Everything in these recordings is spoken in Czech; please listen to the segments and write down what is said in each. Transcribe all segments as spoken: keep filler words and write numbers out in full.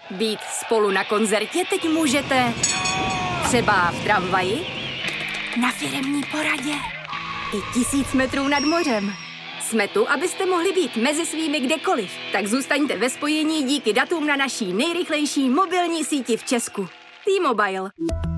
Být spolu na koncertě teď můžete třeba v tramvaji, na firemní poradě i tisíc metrů nad mořem. Jsme tu, abyste mohli být mezi svými kdekoliv. Tak zůstaňte ve spojení díky datům na naší nejrychlejší mobilní síti v Česku. T-Mobile.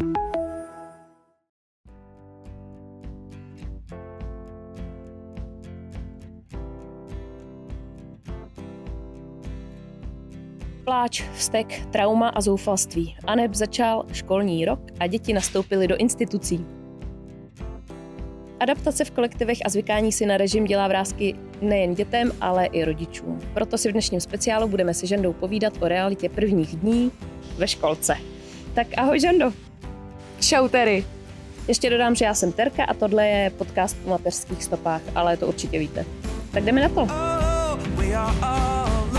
Pláč, vztek, trauma a zoufalství. Aneb začal školní rok a děti nastoupily do institucí. Adaptace v kolektivech a zvykání si na režim dělá vrásky nejen dětem, ale i rodičům. Proto si v dnešním speciálu budeme se Žandou povídat o realitě prvních dní ve školce. Tak ahoj Žando. Čau Terry. Ještě dodám, že já jsem Terka a tohle je podcast o mateřských stopách, ale to určitě víte. Tak jdeme na to. Oh,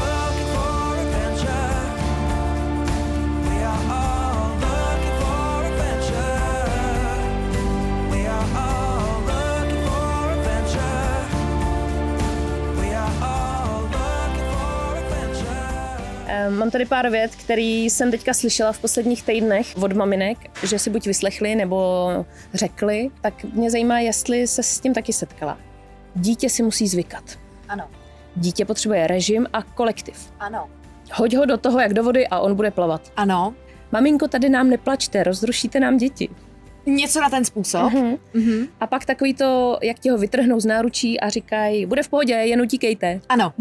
Mám tady pár vět, který jsem teďka slyšela v posledních týdnech od maminek, že si buď vyslechli nebo řekli, tak mě zajímá, jestli se s tím taky setkala. Dítě si musí zvykat. Ano. Dítě potřebuje režim a kolektiv. Ano. Hoď ho do toho, jak do vody a on bude plavat. Ano. Maminko, tady nám neplačte, rozrušíte nám děti. Něco na ten způsob. Uh-huh. Uh-huh. A pak takový to, jak ti ho vytrhnou z náručí a říkají, bude v pohodě, jen utíkejte. Ano.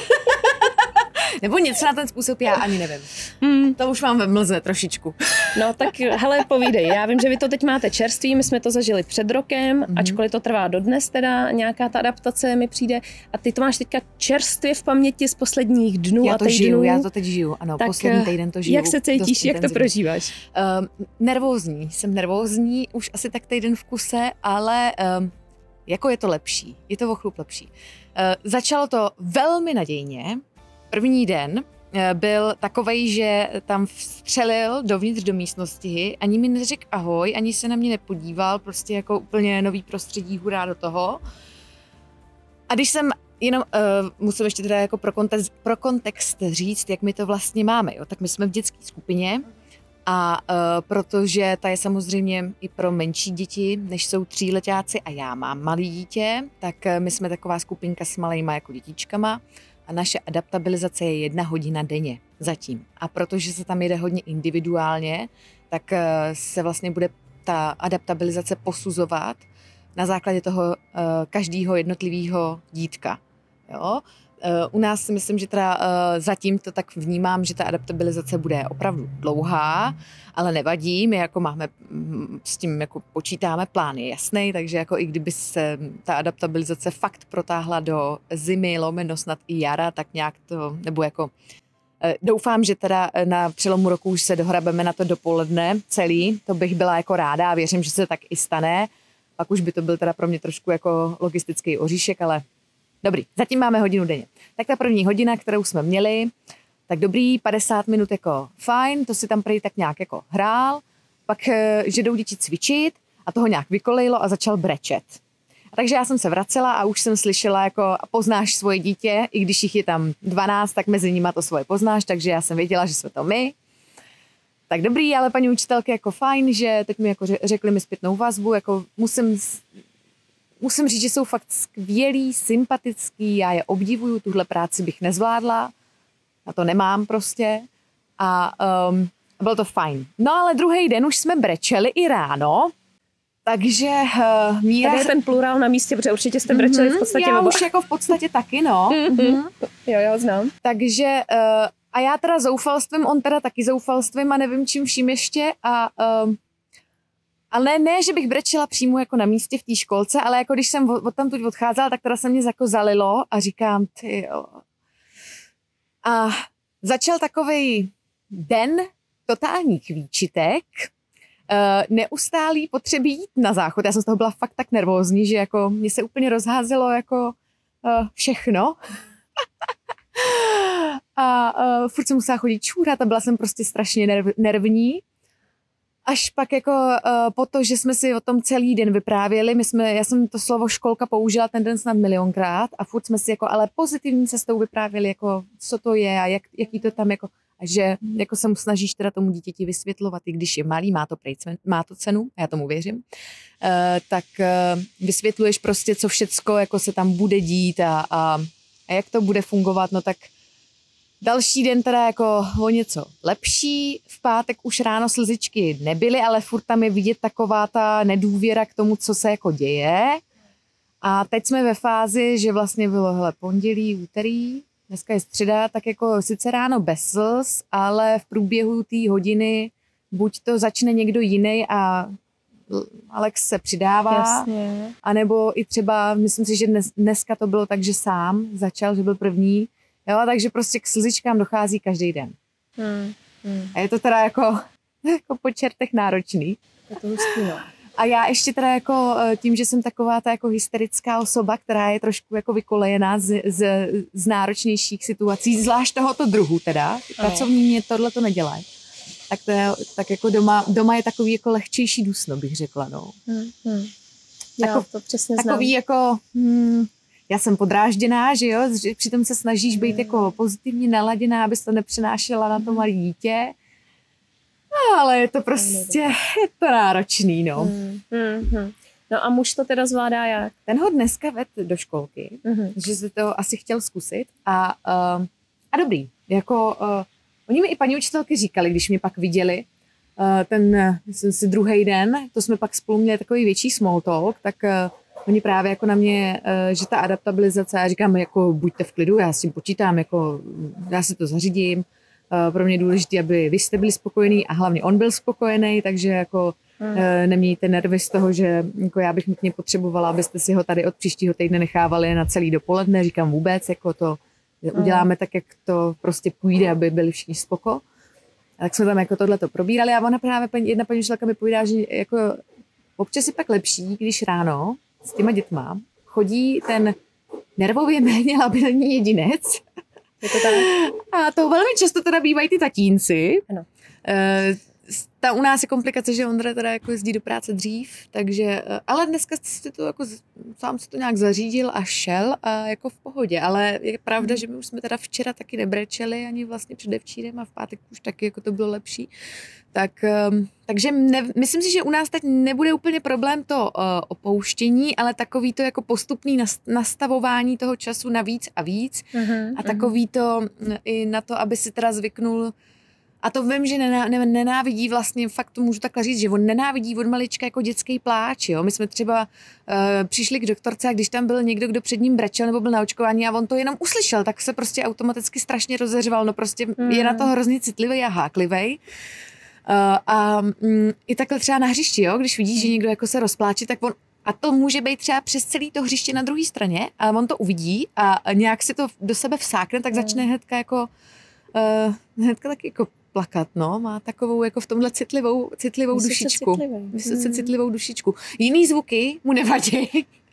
Nebo něco na ten způsob, já ani nevím. Hmm. To už mám ve mlze trošičku. No tak hele, povídej. Já vím, že vy to teď máte čerství, my jsme to zažili před rokem, mm-hmm. ačkoliv to trvá dodnes teda, nějaká ta adaptace mi přijde. A ty to máš teďka čerstvě v paměti z posledních dnů já a to týdnů. Žiju, já to teď žiju, ano, tak poslední týden to žiju. Jak se cítíš, jak to prožíváš? Um, nervózní, jsem nervózní, už asi tak týden v kuse, ale um, jako je to lepší, je to o chlup lepší. Uh, začalo to velmi nadějně. První den byl takovej, že tam vstřelil dovnitř do místnosti, ani mi neřekl ahoj, ani se na mě nepodíval, prostě jako úplně nový prostředí, hurá do toho. A když jsem jenom, uh, musím ještě teda jako pro kontext, pro kontext říct, jak my to vlastně máme, jo? Tak my jsme v dětské skupině a uh, protože ta je samozřejmě i pro menší děti, než jsou tříletáci a já mám malý dítě, tak uh, my jsme taková skupinka s malejma jako dětičkama. A naše adaptabilizace je jedna hodina denně zatím. A protože se tam jede hodně individuálně, tak se vlastně bude ta adaptabilizace posuzovat na základě toho každého jednotlivého dítka. Jo? U nás si myslím, že teda zatím to tak vnímám, že ta adaptabilizace bude opravdu dlouhá, ale nevadí, my jako máme s tím jako počítáme, plán je jasný, takže jako i kdyby se ta adaptabilizace fakt protáhla do zimy, lomeno snad i jara, tak nějak to, nebo jako doufám, že teda na přelomu roku už se dohrabeme na to dopoledne celý, to bych byla jako ráda a věřím, že se tak i stane, pak už by to byl teda pro mě trošku jako logistický oříšek, ale dobrý, zatím máme hodinu denně. Tak ta první hodina, kterou jsme měli, tak dobrý, padesát minut jako fajn, to si tam prý tak nějak jako hrál, pak, že jdou děti cvičit a toho nějak vykolejilo a začal brečet. A takže já jsem se vracela a už jsem slyšela jako poznáš svoje dítě, i když jich je tam dvanáct, tak mezi nima to svoje poznáš, takže já jsem věděla, že jsme to my. Tak dobrý, ale paní učitelky jako fajn, že teď mi jako řekli mi zpětnou vazbu, jako musím... Musím říct, že jsou fakt skvělý, sympatický, já je obdivuju, tuhle práci bych nezvládla, na to nemám prostě a um, bylo to fajn. No ale druhý den už jsme brečeli i ráno, takže uh, Míra... Tady je ten plurál na místě, protože určitě jste brečeli mm-hmm, v podstatě já oba. už jako v podstatě taky, no. Mm-hmm. Jo, já ho znám. Takže uh, a já teda zoufalstvím, on teda taky zoufalstvím a nevím čím vším ještě a... Um, Ale ne, ne, že bych brečela přímo jako na místě v té školce, ale jako když jsem od, od tam tuď odcházela, tak teda se mě jako zalilo a říkám, ty jo. A začal takovej den totálních výčitek, uh, neustálý potřeby jít na záchod. Já jsem z toho byla fakt tak nervózní, že jako mě se úplně rozházelo jako uh, všechno. a uh, furt jsem musela chodit čůrat a byla jsem prostě strašně nerv, nervní. Až pak jako uh, po to, že jsme si o tom celý den vyprávěli, my jsme, já jsem to slovo školka použila ten den snad milionkrát a furt jsme si jako ale pozitivní cestou vyprávěli, jako co to je a jak, jaký to tam jako, a že jako se mu snažíš teda tomu dítěti vysvětlovat, i když je malý, má to, prej, má to cenu, já tomu věřím, uh, tak uh, vysvětluješ prostě, co všecko jako se tam bude dít a, a, a jak to bude fungovat, no tak další den teda jako o něco lepší, v pátek už ráno slzičky nebyly, ale furt tam je vidět taková ta nedůvěra k tomu, co se jako děje. A teď jsme ve fázi, že vlastně bylo hele, pondělí, úterý, dneska je středa, tak jako sice ráno bez slz, ale v průběhu té hodiny buď to začne někdo jiný a Alex se přidává, Jasně. anebo i třeba, myslím si, že dnes, dneska to bylo tak, že sám začal, že byl první, jo, takže prostě k slzičkám dochází každý den. Hmm. Hmm. A je to teda jako, jako po čertech náročný. Je to hustý, no. A já ještě teda jako tím, že jsem taková ta jako hysterická osoba, která je trošku jako vykolejená z, z, z náročnějších situací, zvlášť tohoto druhu teda, pracovní mě tohle to nedělají. Tak, to je, tak jako doma, doma je takový jako lehčejší dusno, bych řekla, no. Hmm. Hmm. Já Tako, to přesně znám. Takový jako, hmm, já jsem podrážděná, že jo, že přitom se snažíš být jako pozitivně naladěná, abys to nepřenášela na to malé dítě. Ale je to prostě, je to náročný, no. Hmm, hmm, hmm. No a muž to teda zvládá jak? Ten ho dneska ved do školky, Hmm. že se to asi chtěl zkusit a, uh, a dobrý, jako uh, oni mi i paní učitelky říkali, když mě pak viděli, uh, ten, myslím si, druhý den, to jsme pak spolu měli takový větší small talk, tak uh, oni právě jako na mě, uh, že ta adaptabilizace, já říkám, jako buďte v klidu, já s tím počítám, jako já si to zařídím. Pro mě je důležité, aby vy jste byli spokojení a hlavně on byl spokojený, takže jako hmm. nemějte nervy z toho, že jako já bych nutně potřebovala, abyste si ho tady od příštího týdne nechávali na celý dopoledne, říkám vůbec, jako to hmm. uděláme tak, jak to prostě půjde, aby byli všichni spoko. A tak jsme tam jako tohleto probírali a ona právě, jedna paní učitelka mi povídá, že jako občas je pak lepší, když ráno s těma dětma chodí ten nervově méně labilní jedinec. Je to tak? A to velmi často teda bývají ty tatínci. Ano. E, ta u nás je komplikace, že Ondra teda jako jezdí do práce dřív, takže, ale dneska si to jako sám si to nějak zařídil a šel a jako v pohodě, ale je pravda, že my už jsme teda včera taky nebrečeli, ani vlastně předevčírem a v pátek už taky jako to bylo lepší. Tak, takže ne, myslím si, že u nás teď nebude úplně problém to uh, opouštění, ale takový to jako postupný nastavování toho času na víc a víc uh-huh, a takový to uh, i na to, aby si teda zvyknul. A to vím, že nená, ne, nenávidí vlastně, fakt to můžu takhle říct, že on nenávidí od malička jako dětský pláč, jo. My jsme třeba uh, přišli k doktorce a když tam byl někdo, kdo před ním brečel nebo byl na očkování a on to jenom uslyšel, tak se prostě automaticky strašně rozeřval, no prostě uh-huh. je na to hrozně citlivý a háklivý. Uh, a um, i takhle třeba na hřišti, jo, když vidíš, že někdo jako se rozpláče, tak on, a to může být třeba přes celý to hřiště na druhé straně a on to uvidí a nějak si to do sebe vsákne, tak začne hnedka jako uh, hnedka taky jako plakat, no, má takovou jako v tomhle citlivou, citlivou Vysoce dušičku. citlivý. Vysoce hmm. citlivou dušičku. Jiný zvuky mu nevadí.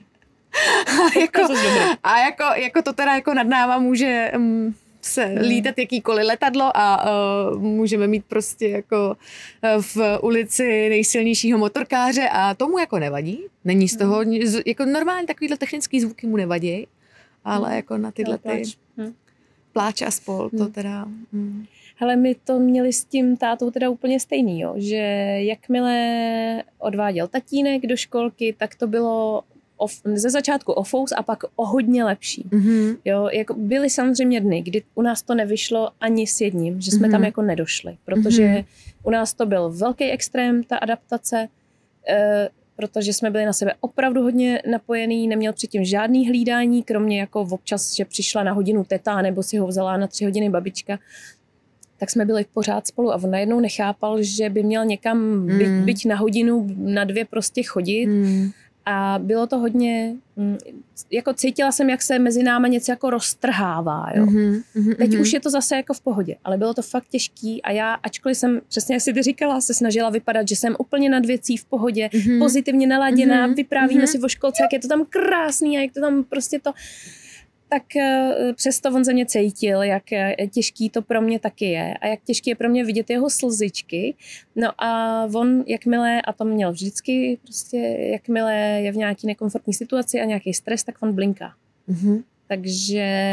a, jako, a jako, jako to teda jako nad náma může um, se hmm. lítat jakýkoliv letadlo a uh, můžeme mít prostě jako uh, v ulici nejsilnějšího motorkáře a tomu jako nevadí. Není z toho, hmm. jako normálně takovýhle technický zvuky mu nevadí, ale hmm. jako na tyhle ty hmm. pláče a spol, to hmm. teda... Hmm. Hele, my to měli s tím tátou teda úplně stejný, jo, že jakmile odváděl tatínek do školky, tak to bylo Of, ze začátku o fous a pak o hodně lepší. Mm-hmm. Jo, jako byly samozřejmě dny, kdy u nás to nevyšlo ani s jedním, že jsme mm-hmm. tam jako nedošli, protože mm-hmm. u nás to byl velký extrém, ta adaptace, e, protože jsme byli na sebe opravdu hodně napojený, neměl předtím žádný hlídání, kromě jako občas, že přišla na hodinu teta, nebo si ho vzala na tři hodiny babička, tak jsme byli pořád spolu a on najednou nechápal, že by měl někam mm. byť, byť na hodinu, na dvě prostě chodit. Mm. A bylo to hodně, jako cítila jsem, jak se mezi náma něco jako roztrhává, jo. Mm-hmm, mm-hmm. Teď už je to zase jako v pohodě, ale bylo to fakt těžký a já, ačkoliv jsem, přesně jak jsi ty říkala, se snažila vypadat, že jsem úplně nad věcí v pohodě, mm-hmm. pozitivně naladěná, mm-hmm. vyprávíme mm-hmm. si o školce, jak je to tam krásný a jak to tam prostě to... tak uh, přesto on ze mě cítil, jak uh, těžký to pro mě taky je a jak těžký je pro mě vidět jeho slzičky. No a on, jakmile, a to měl vždycky, prostě jakmile je v nějaký nekomfortní situaci a nějaký stres, tak on blinká. Mm-hmm. Takže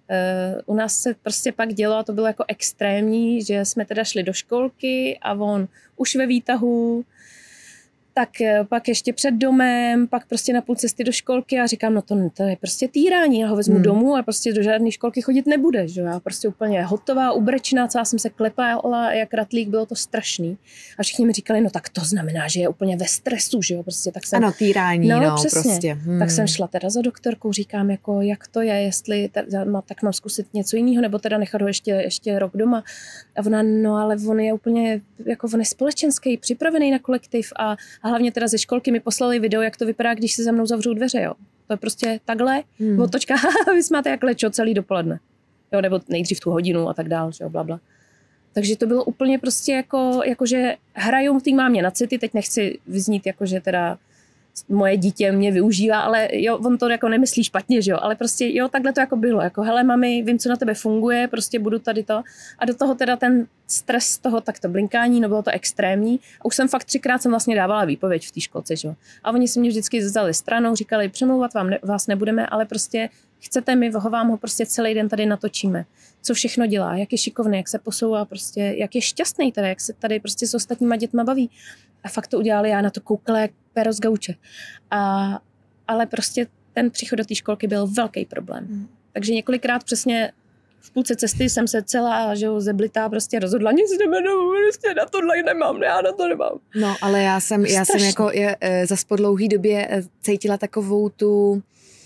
u nás se prostě pak dělo, a to bylo jako extrémní, že jsme teda šli do školky a on už ve výtahu, tak pak ještě před domem, pak prostě na půl cesty do školky a říkám, no to, to je prostě týrání, já ho vezmu hmm. domů a prostě do žádné školky chodit nebude, že já prostě úplně hotová, ubrečená, celá jsem se klepala jak ratlík, bylo to strašný. A všichni mi říkali, no tak to znamená, že je úplně ve stresu, že jo, prostě tak jsem... Ano, týrání, no, no přesně. prostě. Hmm. Tak jsem šla teda za doktorkou, říkám, jako jak to je, jestli teda, tak mám zkusit něco jiného, nebo teda nechat ho ještě, ještě rok doma. A ona, no ale on je úplně, jako on je společenský, připravený na kolektiv a A hlavně teda ze školky mi poslali video, jak to vypadá, když se za mnou zavřou dveře, jo. To je prostě takhle, hmm. otočka, vy máte jak lečo celý dopoledne. Jo, nebo nejdřív tu hodinu a tak dál, že jo, blabla. Takže to bylo úplně prostě jako, jakože hrajou tý mámě na city, teď nechci vyznít jako, že teda moje dítě mě využívá, ale jo, on to jako nemyslí špatně, že jo, ale prostě jo, takhle to jako bylo, jako hele mami, vím, co na tebe funguje, prostě budu tady to a do toho teda ten stres toho takto blinkání, no bylo to extrémní a už jsem fakt třikrát jsem vlastně dávala výpověď v té školce, že jo, a oni si mě vždycky vzali stranou, říkali, přemlouvat vám ne, vás nebudeme, ale prostě chcete, my ho vám ho prostě celý den tady natočíme, co všechno dělá, jak je šikovný, jak se posouvá, prostě, jak je šťastný tady, jak se tady prostě s ostatníma dětma baví. A fakt to udělali, já na to koukala jak péro z gauče. A, ale prostě ten příchod do té školky byl velký problém. Hmm. Takže několikrát přesně v půlce cesty jsem se celá, že jo, zeblitá prostě rozhodla, nic neberu, prostě na tohle nemám, já na to nemám. No, ale já jsem, já jsem jako je, zas po dlouhý době cítila takovou tu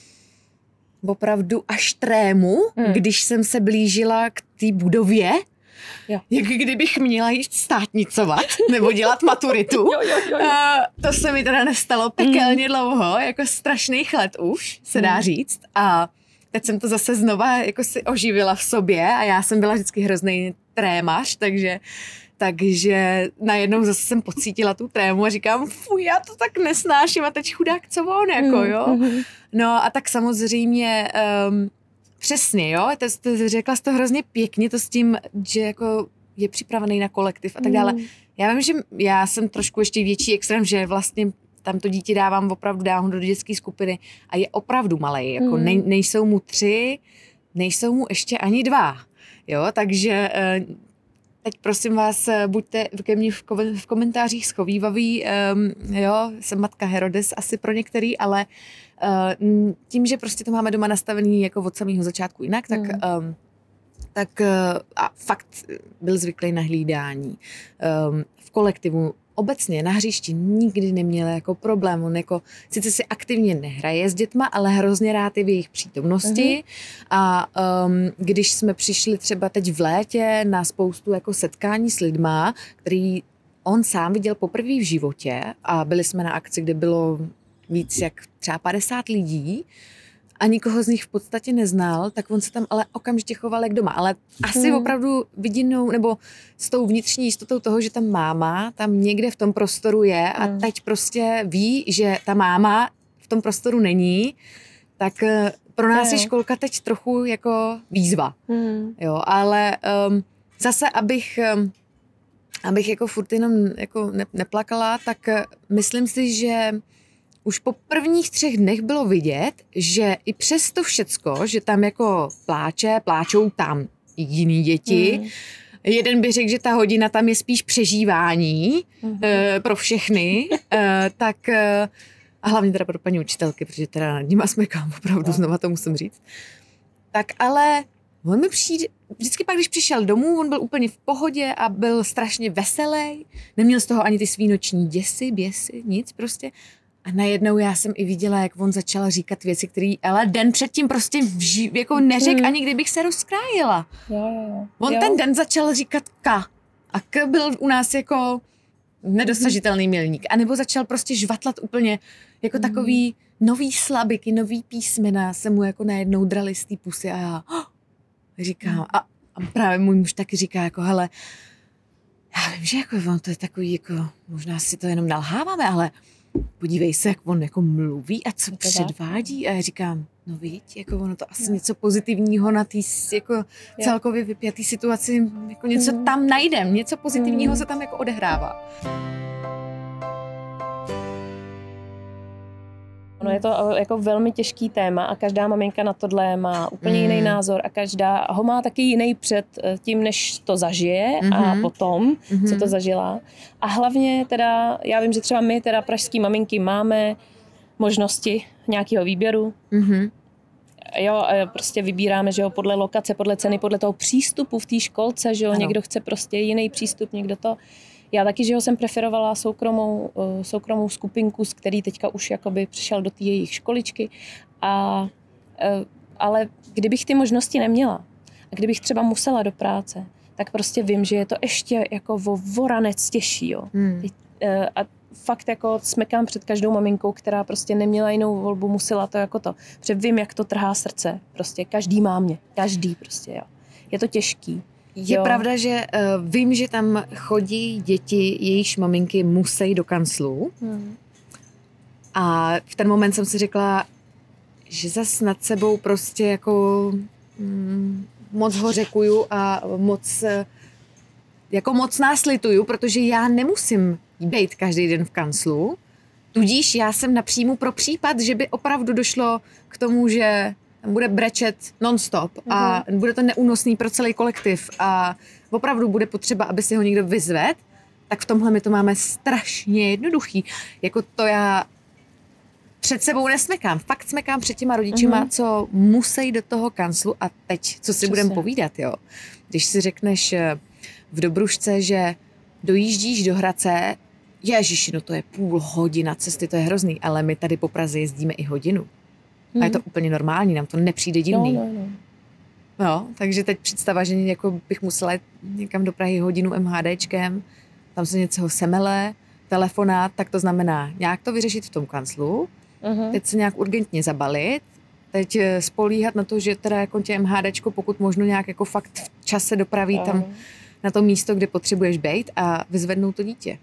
opravdu až trému, hmm. když jsem se blížila k té budově, jo. Jak kdybych měla jít státnicovat nebo dělat maturitu. jo, jo, jo, jo. Uh, to se mi teda nestalo pekelně mm. dlouho, jako strašných let už, se dá mm. říct. A teď jsem to zase znova jako si oživila v sobě a já jsem byla vždycky hrozný trémař, takže, takže najednou zase jsem pocítila tu trému a říkám, fuj, já to tak nesnáším a teď chudák, co on, jako mm. jo. No a tak samozřejmě... Um, Přesně, jo, to, to, řekla jsi to hrozně pěkně, to s tím, že jako je připravený na kolektiv a tak dále. Mm. Já vím, že já jsem trošku ještě větší extrém, že vlastně tam to dítě dávám opravdu, dávám do dětské skupiny a je opravdu malej, jako mm. nej, nejsou mu tři, nejsou mu ještě ani dva, jo, takže teď prosím vás, buďte ke mně v, ko- v komentářích schovývaví, um, jo, jsem matka Herodes asi pro některý, ale uh, tím, že prostě to máme doma nastavený jako od samého začátku jinak, tak, mm. um, tak uh, a fakt byl zvyklý na hlídání. Um, v kolektivu obecně na hřišti nikdy neměl jako problém. On jako sice si aktivně nehraje s dětma, ale hrozně rád je v jejich přítomnosti. Uh-huh. A um, když jsme přišli třeba teď v létě na spoustu jako setkání s lidma, který on sám viděl poprvé v životě a byli jsme na akci, kde bylo víc jak třeba padesát lidí a nikoho z nich v podstatě neznal, tak on se tam ale okamžitě choval jak doma. Ale asi hmm. opravdu vidinou, nebo s tou vnitřní jistotou toho, že ta máma tam někde v tom prostoru je a hmm. teď prostě ví, že ta máma v tom prostoru není, tak pro nás je školka teď trochu jako výzva. Hmm. Jo, ale um, zase, abych... Um, abych jako furt jenom jako ne, neplakala, tak myslím si, že už po prvních třech dnech bylo vidět, že i přes to všecko, že tam jako pláče, pláčou tam jiný děti. Mm. Jeden by řekl, že ta hodina tam je spíš přežívání mm. e, pro všechny, e, tak e, a hlavně teda pro paní učitelky, protože teda nad nima smekám, opravdu, no. Znova to musím říct. Tak ale on mi přijde, vždycky pak, když přišel domů, on byl úplně v pohodě a byl strašně veselý, neměl z toho ani ty svý noční děsy, běsy, nic prostě. A najednou já jsem i viděla, jak on začal říkat věci, které ale den předtím prostě vži, jako neřekl, hmm. ani kdybych se rozkrájela. Jo, jo, jo. On jo. ten den začal říkat K. A K byl u nás jako nedosažitelný milník. A nebo začal prostě žvatlat úplně jako hmm. takový nový slabiky, nový písmena se mu jako najednou drali z té pusy a já oh, říkám. A, a právě můj muž taky říká jako hele, já vím, že jako on to je takový jako, možná si to jenom nalháváme, ale podívej se, jak on jako mluví a co předvádí. A já říkám, no viď, jako ono to asi no. něco pozitivního na té jako celkově vypjatý situaci, jako něco mm. tam najdem, něco pozitivního mm. se tam jako odehrává. Ono je to jako velmi těžký téma a každá maminka na tohle má úplně mm. jiný názor a každá ho má taky jiný před tím, než to zažije mm-hmm. a potom, mm-hmm. co to zažila. A hlavně teda, já vím, že třeba my teda pražský maminky máme možnosti nějakého výběru. Mm-hmm. Jo, prostě vybíráme, že jo, podle lokace, podle ceny, podle toho přístupu v té školce, že jo, ano. Někdo chce prostě jiný přístup, někdo to. Já taky, že jo, jsem preferovala soukromou, soukromou skupinku, z který teďka už jakoby přišel do té jejich školičky. A, ale kdybych ty možnosti neměla a kdybych třeba musela do práce, tak prostě vím, že je to ještě jako o voranec těžší, jo. Hmm. A fakt jako smekám před každou maminkou, která prostě neměla jinou volbu, musela to jako to. Protože vím, jak to trhá srdce. Prostě každý mámě. Každý prostě, jo. Je to těžký. Je jo. Pravda, že uh, vím, že tam chodí děti, jejichž maminky musí do kanclu. Hmm. A v ten moment jsem si řekla, že zas nad sebou prostě jako mm, moc ho řekuju a moc jako moc náslituju, protože já nemusím být každý den v kanclu. Tudíž já jsem na příjmu pro případ, že by opravdu došlo k tomu, že bude brečet non-stop a mm. bude to neúnosný pro celý kolektiv a opravdu bude potřeba, aby si ho někdo vyzvedl, tak v tomhle my to máme strašně jednoduchý. Jako to já před sebou nesmekám. Fakt smekám před těma rodičima, mm. co musí do toho kanclu a teď, co si budeme povídat, jo. Když si řekneš v Dobrušce, že dojíždíš do Hradce, ježiši, no to je půl hodina cesty, to je hrozný, ale my tady po Praze jezdíme i hodinu. Hmm. A je to úplně normální, nám to nepřijde divný. No, no, no. No, takže teď představa, že jako bych musela jít někam do Prahy hodinu MHDčkem, tam se něco semele, telefonát, tak to znamená nějak to vyřešit v tom kanclu, uh-huh. teď se nějak urgentně zabalit, teď spolíhat na to, že teda jako tě MHDčko pokud možno nějak jako fakt v čase dopraví uh-huh. tam na to místo, kde potřebuješ bejt a vyzvednout to dítě.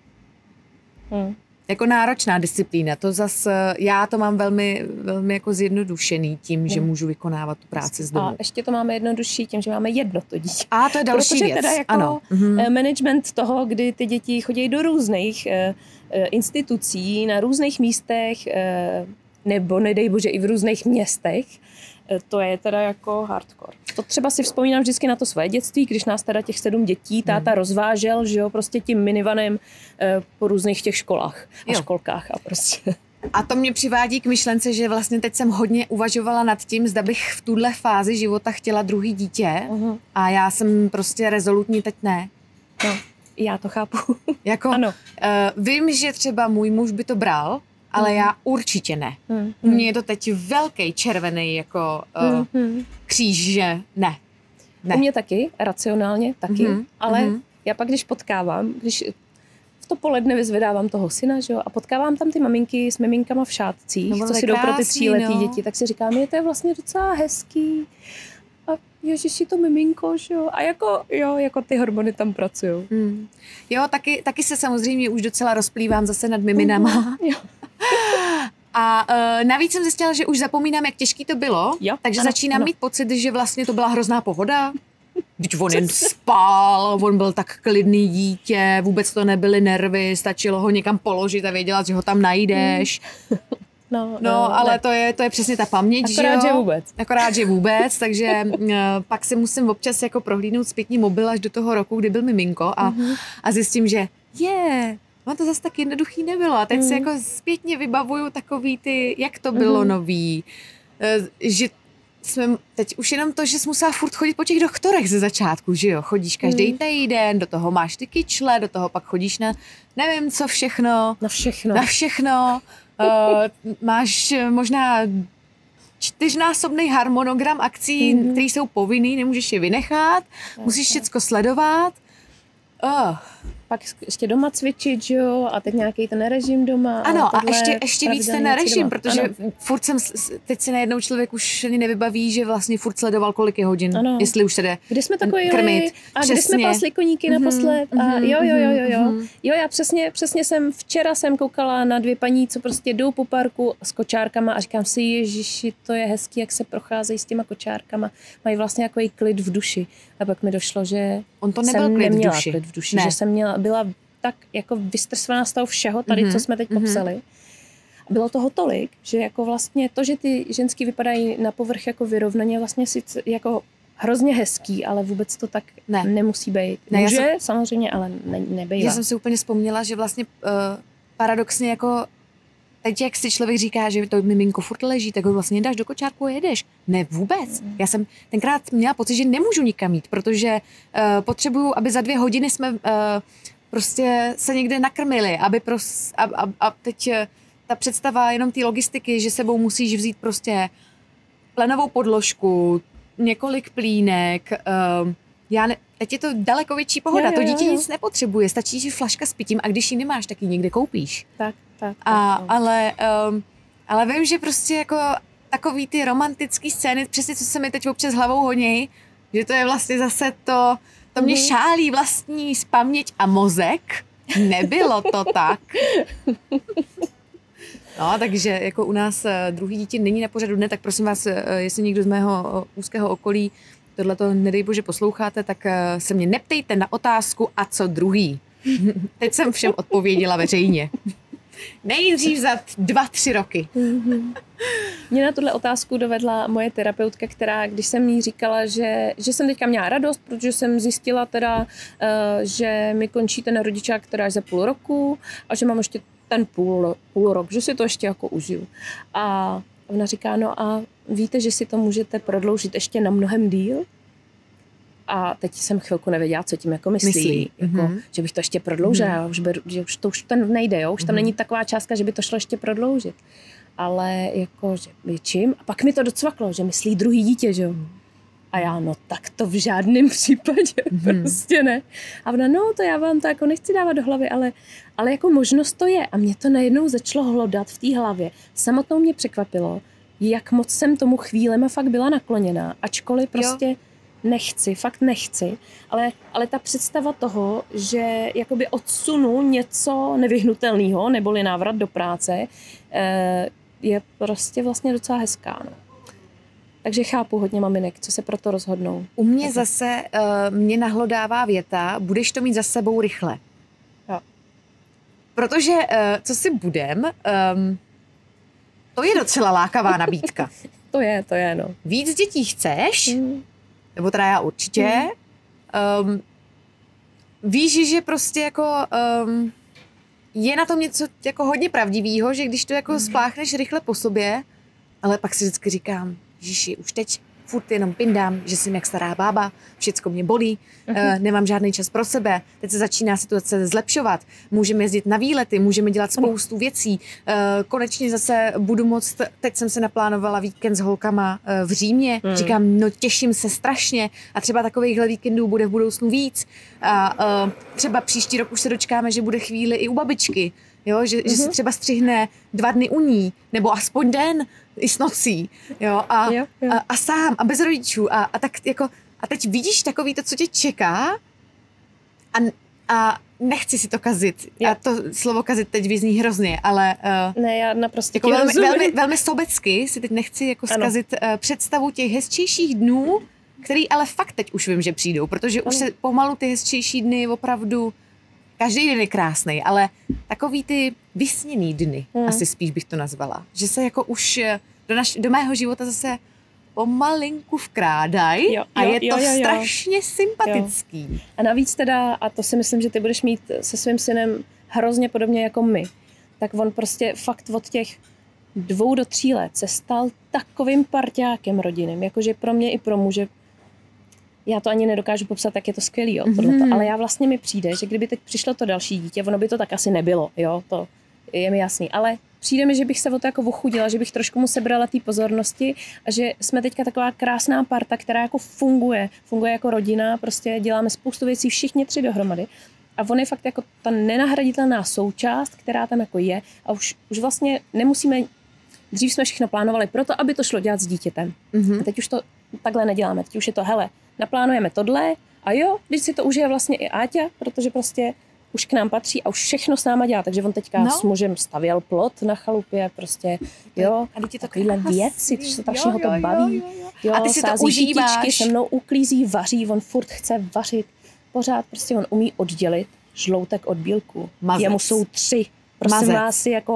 Hmm. Jako náročná disciplína, to zas, já to mám velmi, velmi jako zjednodušený tím, hmm. že můžu vykonávat tu práci z domu. A ještě to máme jednodušší tím, že máme jedno to dítě. A to je další Protože věc. Teda jako ano. management toho, kdy ty děti chodí do různých uh, institucí, na různých místech, uh, nebo nedej bože i v různých městech, to je teda jako hardcore. To třeba si vzpomínám vždycky na to své dětství, když nás teda těch sedm dětí táta hmm. rozvážel, že jo, prostě tím minivanem eh, po různých těch školách a jo. školkách a prostě. A to mě přivádí k myšlence, že vlastně teď jsem hodně uvažovala nad tím, zda bych v tuhle fázi života chtěla druhý dítě uh-huh. a já jsem prostě rezolutní teď ne. No, já to chápu. Jako, ano. Uh, vím, že třeba můj muž by to bral, ale mm. já určitě ne. Mm. U mě je to teď velký červený jako uh, mm. kříž, že ne. ne. U mě taky, racionálně taky, mm. ale mm. já pak, když potkávám, když v to poledne vyzvedávám toho syna, že jo, a potkávám tam ty maminky s miminkama v šátcích, no, co si jdou pro ty tříletý no. děti, tak si říkám, je to je vlastně docela hezký. A ježiši, to miminko, že jo. A jako, jo, jako ty hormony tam pracujou. Mm. Jo, taky, taky se samozřejmě už docela rozplývám zase nad miminama. Mm. Jo. A uh, navíc jsem zjistila, že už zapomínám, jak těžký to bylo, jo, takže ano, začínám ano. mít pocit, že vlastně to byla hrozná pohoda. Když on jen spal, on byl tak klidný dítě, vůbec to nebyly nervy, stačilo ho někam položit a věděla, že ho tam najdeš. No, no, no ale ne. to je, to je přesně ta paměť, Akorát, že jo? vůbec. Akorát, že vůbec, takže uh, pak si musím občas jako prohlídnout zpětný mobil až do toho roku, kdy byl miminko a, uh-huh. a zjistím, že je, yeah, on to zase tak jednoduchý nebylo. A teď uh-huh. si jako zpětně vybavuju takový ty, jak to bylo uh-huh. nový, uh, že jsme, teď už jenom to, že jsi musela furt chodit po těch doktorech ze začátku, že jo, chodíš každý uh-huh. týden, do toho máš ty kyčle, do toho pak chodíš na nevím co všechno. Na všechno. Na všechno. Uh, máš možná čtyřnásobný harmonogram akcí, mm-hmm. které jsou povinný, nemůžeš je vynechat, okay. musíš všecko sledovat. Oh. Pak ještě doma cvičit, že jo, a teď nějaký ten režim doma. Ano, a, a ještě, ještě víc ten režim, doma. protože ano. furt jsem, teď si najednou člověk už ani nevybaví, že vlastně furt sledoval, kolik je hodin, ano. jestli už se jde Kdy jsme to kojili, krmit. A přesně. Kdy jsme pásli koníky mm-hmm, naposled. Mm-hmm, a jo, jo, jo, jo, jo. Mm-hmm. Jo, já přesně, přesně jsem, včera jsem koukala na dvě paní, co prostě jdou po parku s kočárkama a říkám si, ježiši, to je hezký, jak se procházejí s těma kočárkama. Mají vlastně takový klid v duši. A pak mi došlo, že On to nebyl jsem klid neměla v duši. klid v duši, ne. že jsem měla, byla tak jako vystresovaná z toho všeho tady, mm-hmm, co jsme teď mm-hmm. popsali. bylo toho tolik, že jako vlastně to, že ty ženský vypadají na povrch jako vyrovnaně, vlastně sice jako hrozně hezký, ale vůbec to tak ne. nemusí být. Ne, Může jsem, samozřejmě, ale ne, nebejvá. Já jsem si úplně vzpomněla, že vlastně uh, paradoxně jako teď, jak si člověk říká, že to miminko furt leží, tak ho vlastně dáš do kočárku a jedeš. Ne, vůbec. Já jsem tenkrát měla pocit, že nemůžu nikam jít, protože uh, potřebuju, aby za dvě hodiny jsme uh, prostě se někde nakrmili, aby pros, a, a, a teď uh, ta představa jenom té logistiky, že sebou musíš vzít prostě plenovou podložku, několik plínek, uh, já ne, teď je to daleko větší pohoda, jo, jo, to dítě jo, jo. nic nepotřebuje, stačí, že flaška s pitím a když ji nemáš, tak ji někde koupíš. Tak, tak. A, tak, ale, um, ale vím, že prostě jako takový ty romantický scény, přesně co se mi teď občas hlavou honí, že to je vlastně zase to, to mě mm-hmm. šálí vlastní paměť a mozek. Nebylo to tak. No, takže jako u nás druhý dítě není na pořadu dne, tak prosím vás, jestli někdo z mého úzkého okolí tohleto, nedej bože, posloucháte, tak se mě neptejte na otázku a co druhý. Teď jsem všem odpověděla veřejně. Nejdřív za dva, tři roky. Mě na tuhle otázku dovedla moje terapeutka, která, když jsem jí říkala, že, že jsem teďka měla radost, protože jsem zjistila teda, že mi končí ten rodičák teda až za půl roku a že mám ještě ten půl, půl rok, že si to ještě jako užiju. A ona říká, no a víte, že si to můžete prodloužit ještě na mnohem díl? A teď jsem chvilku nevěděla, co tím jako myslí. myslí. Jako, mm-hmm. Že bych to ještě prodloužila. Mm-hmm. Už beru, že už to už ten nejde, jo? Už tam mm-hmm. není taková částka, že by to šlo ještě prodloužit. Ale jako, že čím? A pak mi to docvaklo, že myslí druhý dítě, že jo? A já, no tak to v žádném případě mm-hmm. prostě ne. A ona, no to já vám to jako nechci dávat do hlavy, ale, ale jako možnost to je. A mě to najednou začalo hlodat v té hlavě. Samotnou mě překvapilo, jak moc jsem tomu chvílema fakt byla nakloněná. Ačkoliv prostě jo. nechci, fakt nechci. Ale, ale ta představa toho, že jakoby odsunu něco nevyhnutelného, neboli návrat do práce, je prostě vlastně docela hezká, no. Takže chápu hodně maminek, co se proto rozhodnou. U mě tak zase uh, mě nahlodává věta, budeš to mít za sebou rychle. Jo. Protože, uh, co si budem, um, to je docela lákavá nabídka. To je, to je, no. Víc dětí chceš, mm. nebo teda já určitě. Mm. Um, víš, že prostě jako um, je na tom něco jako hodně pravdivýho, že když to jako mm. spláchneš rychle po sobě, ale pak si vždycky říkám, Ježiši, už teď furt jenom pindám, že jsem jak stará bába, všecko mě bolí, uh-huh. uh, nemám žádný čas pro sebe, teď se začíná situace zlepšovat, můžeme jezdit na výlety, můžeme dělat spoustu uh-huh. věcí, uh, konečně zase budu moct, teď jsem se naplánovala víkend s holkama uh, v Římě, uh-huh. říkám, no těším se strašně a třeba takovýchhle víkendů bude v budoucnu víc a uh, třeba příští rok už se dočkáme, že bude chvíli i u babičky, jo, že, uh-huh. že se třeba střihne dva dny u ní, nebo aspoň den, i s nocí, jo, a, jo, jo. a, a sám, a bez rodičů, a, a tak jako, a teď vidíš takový to, co tě čeká a, a nechci si to kazit. Jo. A to slovo kazit teď vyzní hrozně, ale uh, ne, já naprosto jako velmi, velmi, velmi sobecky si teď nechci jako zkazit uh, představu těch hezčejších dnů, který ale fakt teď už vím, že přijdou, protože ano. už se pomalu ty hezčejší dny opravdu, každý den je krásnej, ale takový ty vysněný dny, hmm. asi spíš bych to nazvala. Že se jako už do, naš, do mého života zase pomalinku vkrádají a je jo, to jo, jo. strašně sympatický. Jo. A navíc teda, a to si myslím, že ty budeš mít se svým synem hrozně podobně jako my, tak on prostě fakt od těch dvou do tří let se stal takovým parťákem rodinným, jakože pro mě i pro muže. Já to ani nedokážu popsat, jak je to skvělý, jo, mm-hmm. ale já vlastně mi přijde, že kdyby teď přišlo to další dítě, ono by to tak asi nebylo, jo, to je mi jasný, ale přijde mi, že bych se o to jako ochudila, že bych trošku mu sebrala té pozornosti a že jsme teďka taková krásná parta, která jako funguje, funguje jako rodina, prostě děláme spoustu věcí všichni tři dohromady a on je fakt jako ta nenahraditelná součást, která tam jako je a už, už vlastně nemusíme, dřív jsme všechno plánovali proto, aby to šlo dělat s dítětem. Mm-hmm. A teď už to takhle neděláme, teď už je to, hele, naplánujeme tohle a jo, když si to užije vlastně i Áťa, protože prostě už k nám patří a už všechno s náma dělá, takže on teďka no. s mužem stavěl plot na chalupě, prostě, jo, a ty takovýhle věci, to se strašně ho to baví, jo, jo, jo. Jo, a ty si to užíváš. Kytičky, se mnou uklízí, vaří, on furt chce vařit, pořád prostě on umí oddělit žloutek od bílku. Mazec. Jemu jsou tři, prosím Mazec. vás, jako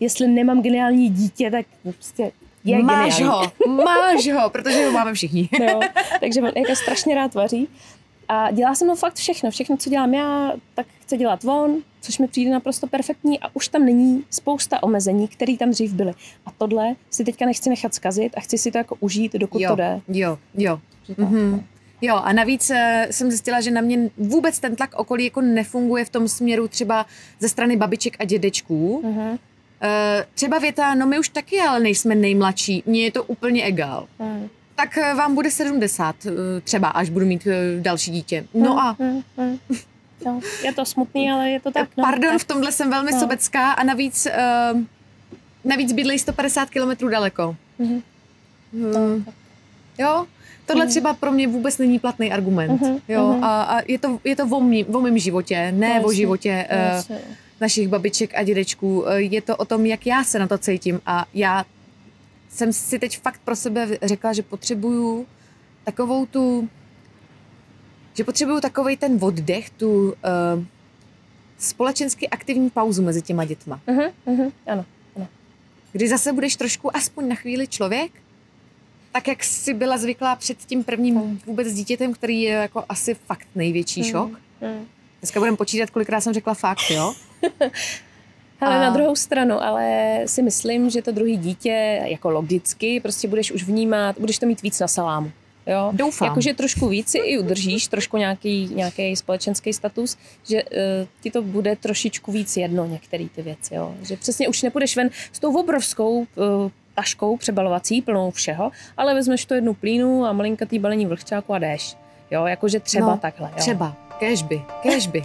jestli nemám geniální dítě, tak prostě je máš geniální. ho, máš ho, protože ho máme všichni. No, takže on jako strašně rád vaří. A dělá se mnou fakt všechno. Všechno, co dělám já, tak chce dělat on, což mi přijde naprosto perfektní a už tam není spousta omezení, které tam dřív byly. A tohle si teďka nechci nechat zkazit a chci si to jako užít, dokud jo, to jde. Jo, jo. Mhm. Jo, a navíc uh, jsem zjistila, že na mě vůbec ten tlak okolí jako nefunguje v tom směru třeba ze strany babiček a dědečků. Uh-huh. Uh, třeba věta, no my už taky ale nejsme nejmladší, mně je to úplně egál. Uh-huh. Tak uh, vám bude sedmdesát uh, třeba, až budu mít uh, další dítě. No a... Uh-huh. Uh-huh. No, je to smutný, ale je to tak. No, Pardon, tak. v tomhle jsem velmi no. sobecká a navíc, uh, navíc bydlí sto padesát kilometrů daleko. Uh-huh. Uh, jo? Tohle třeba pro mě vůbec není platný argument. Uh-huh, jo? Uh-huh. A, a je to, je to o, mý, o mém životě, ne jasně, o životě uh, našich babiček a dědečků. Je to o tom, jak já se na to cítím. A já jsem si teď fakt pro sebe řekla, že potřebuju takovou tu, že potřebuju takovej ten oddech, tu uh, společensky aktivní pauzu mezi těma dětma. Uh-huh, uh-huh, ano, ano. Kdy zase budeš trošku aspoň na chvíli člověk, tak jak jsi byla zvyklá před tím prvním vůbec dítětem, který je jako asi fakt největší šok. Mm, mm. Dneska budeme počítat, kolikrát jsem řekla fakt, jo? Ale a... na druhou stranu, ale si myslím, že to druhý dítě jako logicky prostě budeš už vnímat, budeš to mít víc na salámu. Jo? Doufám. Jakože trošku víc si i udržíš, trošku nějaký, nějaký společenský status, že uh, ti to bude trošičku víc jedno některé ty věci. Jo? Že přesně už nepůjdeš ven s tou obrovskou uh, taškou přebalovací, plnou všeho, ale vezmeš to jednu plínu a malinkatý balení vlhčáku a jdeš. Jo, jakože třeba no, takhle. Jo. Třeba, kéžby, kéžby.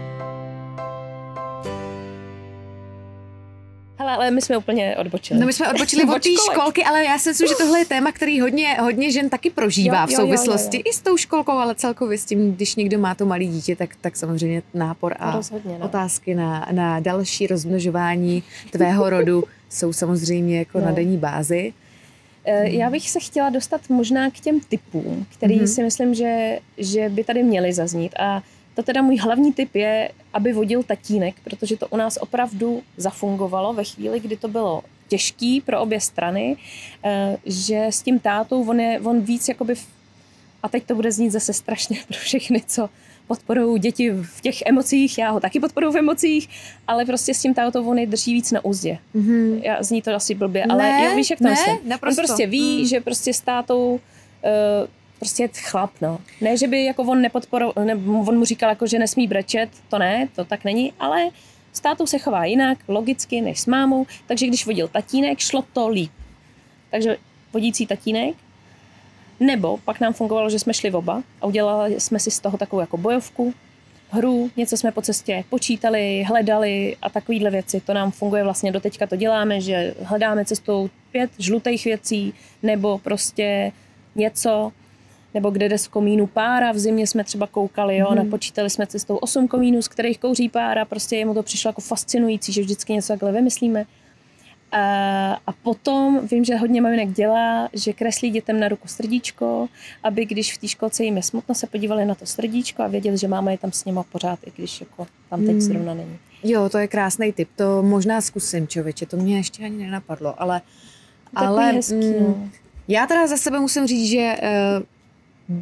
Hele, ale my jsme úplně odbočili. No my jsme odbočili od té školky, ale já si myslím, že tohle je téma, který hodně, hodně žen taky prožívá jo, v souvislosti jo, jo, jo. i s tou školkou, ale celkově s tím, když někdo má to malé dítě, tak, tak samozřejmě nápor a rozhodně, no. otázky na, na další rozmnožování tvého rodu jsou samozřejmě jako no. na denní bázi. Já bych se chtěla dostat možná k těm typům, který mm-hmm. si myslím, že, že by tady měly zaznít. A to teda můj hlavní tip je, aby vodil tatínek, protože to u nás opravdu zafungovalo ve chvíli, kdy to bylo těžký pro obě strany, že s tím tátou on je on víc jakoby, a teď to bude znít zase strašně pro všechny, co podporují děti v těch emocích, já ho taky podporuji v emocích, ale prostě s tím tátou on je drží víc na úzdě. Mm-hmm. Já, zní to asi blbě, ne, ale jo, víš, jak to myslím. Naprosto. On prostě ví, mm. že prostě s tátou uh, prostě je chlap, no. Ne, že by jako on nepodporoval, ne, on mu říkal, jako, že nesmí brečet, to ne, to tak není, ale s tátou se chová jinak, logicky, než s mámou, takže když vodil tatínek, šlo to líp. Takže vodící tatínek, nebo pak nám fungovalo, že jsme šli oba a udělali jsme si z toho takovou jako bojovku, hru, něco jsme po cestě počítali, hledali a takovýhle věci. To nám funguje vlastně, doteďka to děláme, že hledáme cestou pět žlutých věcí, nebo prostě něco, nebo kde jde z komínu pára, v zimě jsme třeba koukali, jo, mm. napočítali jsme cestou osm komínů, z kterých kouří pára, prostě jemu to přišlo jako fascinující, že vždycky něco takhle vymyslíme. A, a potom vím, že hodně maminek dělá, že kreslí dětem na ruku srdíčko, aby když v té školce jim je smutno, se podívali na to srdíčko a věděli, že máma je tam s nima pořád, i když jako tam teď hmm. zrovna není. Jo, to je krásný tip, to možná zkusím, člověče, to mě ještě ani nenapadlo, ale, ale hezký, no. Já teda za sebe musím říct, že uh,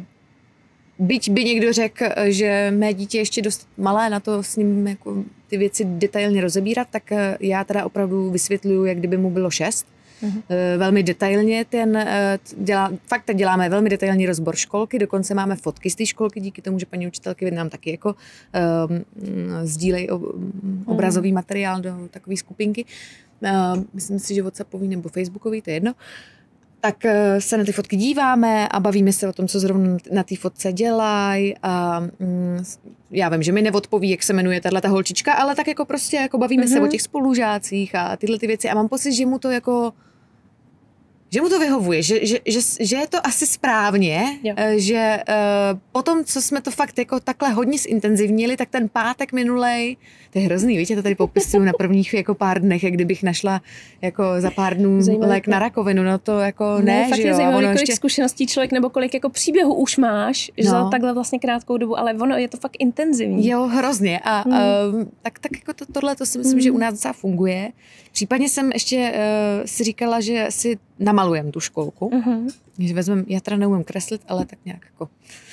byť by někdo řekl, že mé dítě je ještě dost malé na to s ním jako ty věci detailně rozebírat, tak já teda opravdu vysvětluju, jak kdyby mu bylo šest. Mm-hmm. Velmi detailně ten dělá, fakt děláme velmi detailní rozbor školky, dokonce máme fotky z té školky, díky tomu, že paní učitelky nám taky jako um, sdílejí obrazový mm. materiál do takové skupinky. Uh, myslím si, že WhatsAppový nebo Facebookový, to je jedno. Tak se na ty fotky díváme a bavíme se o tom, co zrovna na té fotce dělají. A mm, já vím, že mi neodpoví, jak se jmenuje tato holčička, ale tak jako prostě jako bavíme mm-hmm. se o těch spolužácích a tyhle ty věci. A mám pocit, že mu to jako, že mu to vyhovuje, že, že, že, že je to asi správně, jo. že uh, potom, co jsme to fakt jako takhle hodně zintenzivnili, tak ten pátek minulej, to je hrozný, víte, to tady popisuju na prvních jako pár dnech, jak kdybych našla jako za pár dnů zajímavý lék na rakovinu, no to jako ne, ne fakt že je jo. zajímavý, kolik ještě... zkušeností člověk nebo kolik jako příběhů už máš no. za takhle vlastně krátkou dobu, ale ono je to fakt intenzivní. Jo, hrozně a hmm. uh, tak, tak jako to, tohle to si myslím, hmm. že u nás docela funguje. Případně jsem ještě uh, si říkala, že si namalujem tu školku. Uh-huh. Že vezmem, já teda neumím kreslit, ale tak nějak jako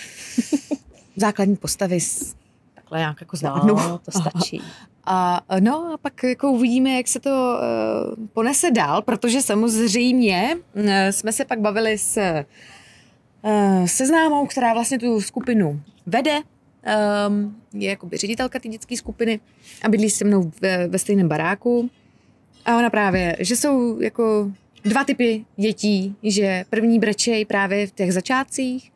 základní postavy takhle nějak jako zvládnu. No, to stačí. A, a no a pak jako uvidíme, jak se to uh, ponese dál, protože samozřejmě uh, jsme se pak bavili s uh, se známou, která vlastně tu skupinu vede. Um, je jakoby ředitelka té dětské skupiny a bydlí se mnou ve, ve stejném baráku. A ona právě, že jsou jako dva typy dětí, že první brečej právě v těch začátcích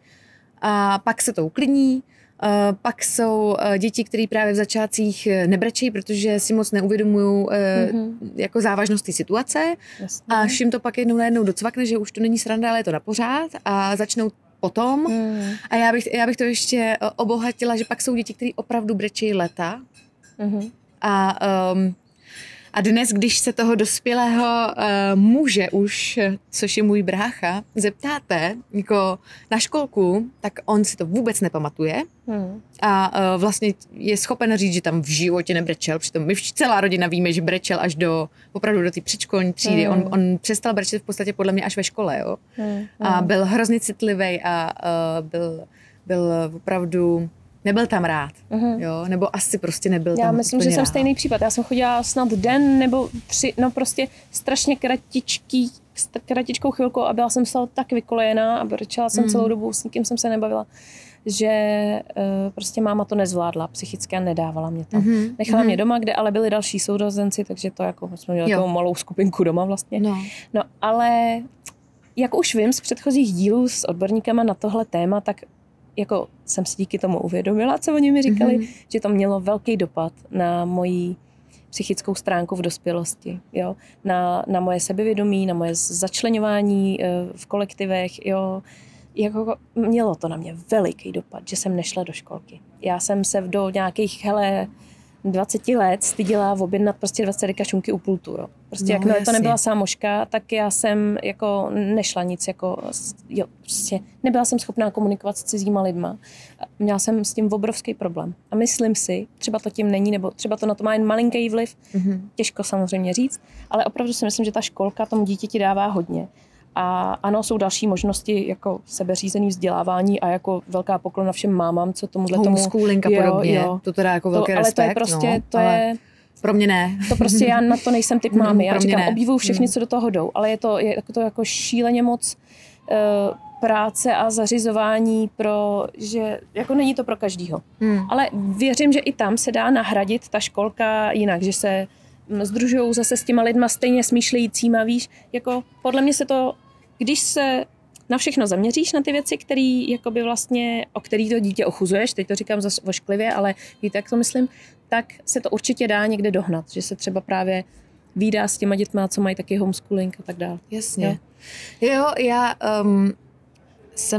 a pak se to uklidní. A pak jsou děti, které právě v začátcích nebrečejí, protože si moc neuvědomují mm-hmm. jako závažnost té situace. Jasně. A až jim to pak jednou najednou docvakne, že už to není sranda, ale je to na pořád a začnou potom. Mm. A já bych, já bych to ještě obohatila, že pak jsou děti, které opravdu brečejí leta. Mm-hmm. A um, A dnes, když se toho dospělého uh, muže už, což je můj brácha, zeptáte jako na školku, tak on si to vůbec nepamatuje hmm. a uh, vlastně je schopen říct, že tam v životě nebrečel. Přitom my celá rodina víme, že brečel až do opravdu do té předškolní třídy. Hmm. On, on přestal brečet v podstatě podle mě až ve škole, jo. Hmm. A byl hrozně citlivý a uh, byl, byl opravdu... Nebyl tam rád, uh-huh. jo, nebo asi prostě nebyl Já tam. Já myslím, že jsem rád. stejný případ. Já jsem chodila snad den nebo tři, no prostě strašně kratičký, kratičkou chvilku a byla jsem z toho tak vykolejená a brečela jsem mm. celou dobu, s nikým jsem se nebavila, že uh, prostě máma to nezvládla psychicky a nedávala mě tam. Mm-hmm. Nechala mm-hmm. mě doma, kde ale byli další sourozenci, takže to jako, jsme měli takovou malou skupinku doma vlastně. No. no ale jak už vím z předchozích dílů s odborníkama na tohle téma, tak jako jsem si díky tomu uvědomila, co oni mi říkali, mm-hmm. že to mělo velký dopad na moji psychickou stránku v dospělosti, jo? Na, na moje sebevědomí, na moje začleňování v kolektivech, jo? Jako mělo to na mě veliký dopad, že jsem nešla do školky. Já jsem se do nějakých, hele, dvacet let styděla objednat prostě dvacet deka šunky u pultu, jo. Prostě no, jakmile to nebyla sámoška, tak já jsem jako nešla nic, jako, jo, prostě nebyla jsem schopná komunikovat s cizíma lidma. Měla jsem s tím obrovský problém. A myslím si, třeba to tím není, nebo třeba to na to má jen malinký vliv, mm-hmm. těžko samozřejmě říct, ale opravdu si myslím, že ta školka tomu dítěti dává hodně. A ano, jsou další možnosti jako sebeřízený vzdělávání a jako velká poklona všem mámám, co tomuhle tomu... Homeschooling a podobně, jo, jo. To teda jako velký to, respekt. Ale to je prostě, no, to je... Pro mě ne. To prostě já na to nejsem typ mámy. Já říkám, ne. obdivuju všechny, mm. co do toho jdou, ale je to, je to jako šíleně moc uh, práce a zařizování pro, že jako není to pro každýho. Mm. Ale věřím, že i tam se dá nahradit ta školka jinak, že se sdružujou zase s těma lidma stejně smýšlejícíma, víš, jako podle mě se to, když se na všechno zaměříš, na ty věci, který, jakoby vlastně, o který to dítě ochuzuješ, teď to říkám zase vošklivě, ale víte, jak to myslím, tak se to určitě dá někde dohnat, že se třeba právě vídá s těma dětma, co mají taky homeschooling a tak dále. Jasně. Jo, jo já um, jsem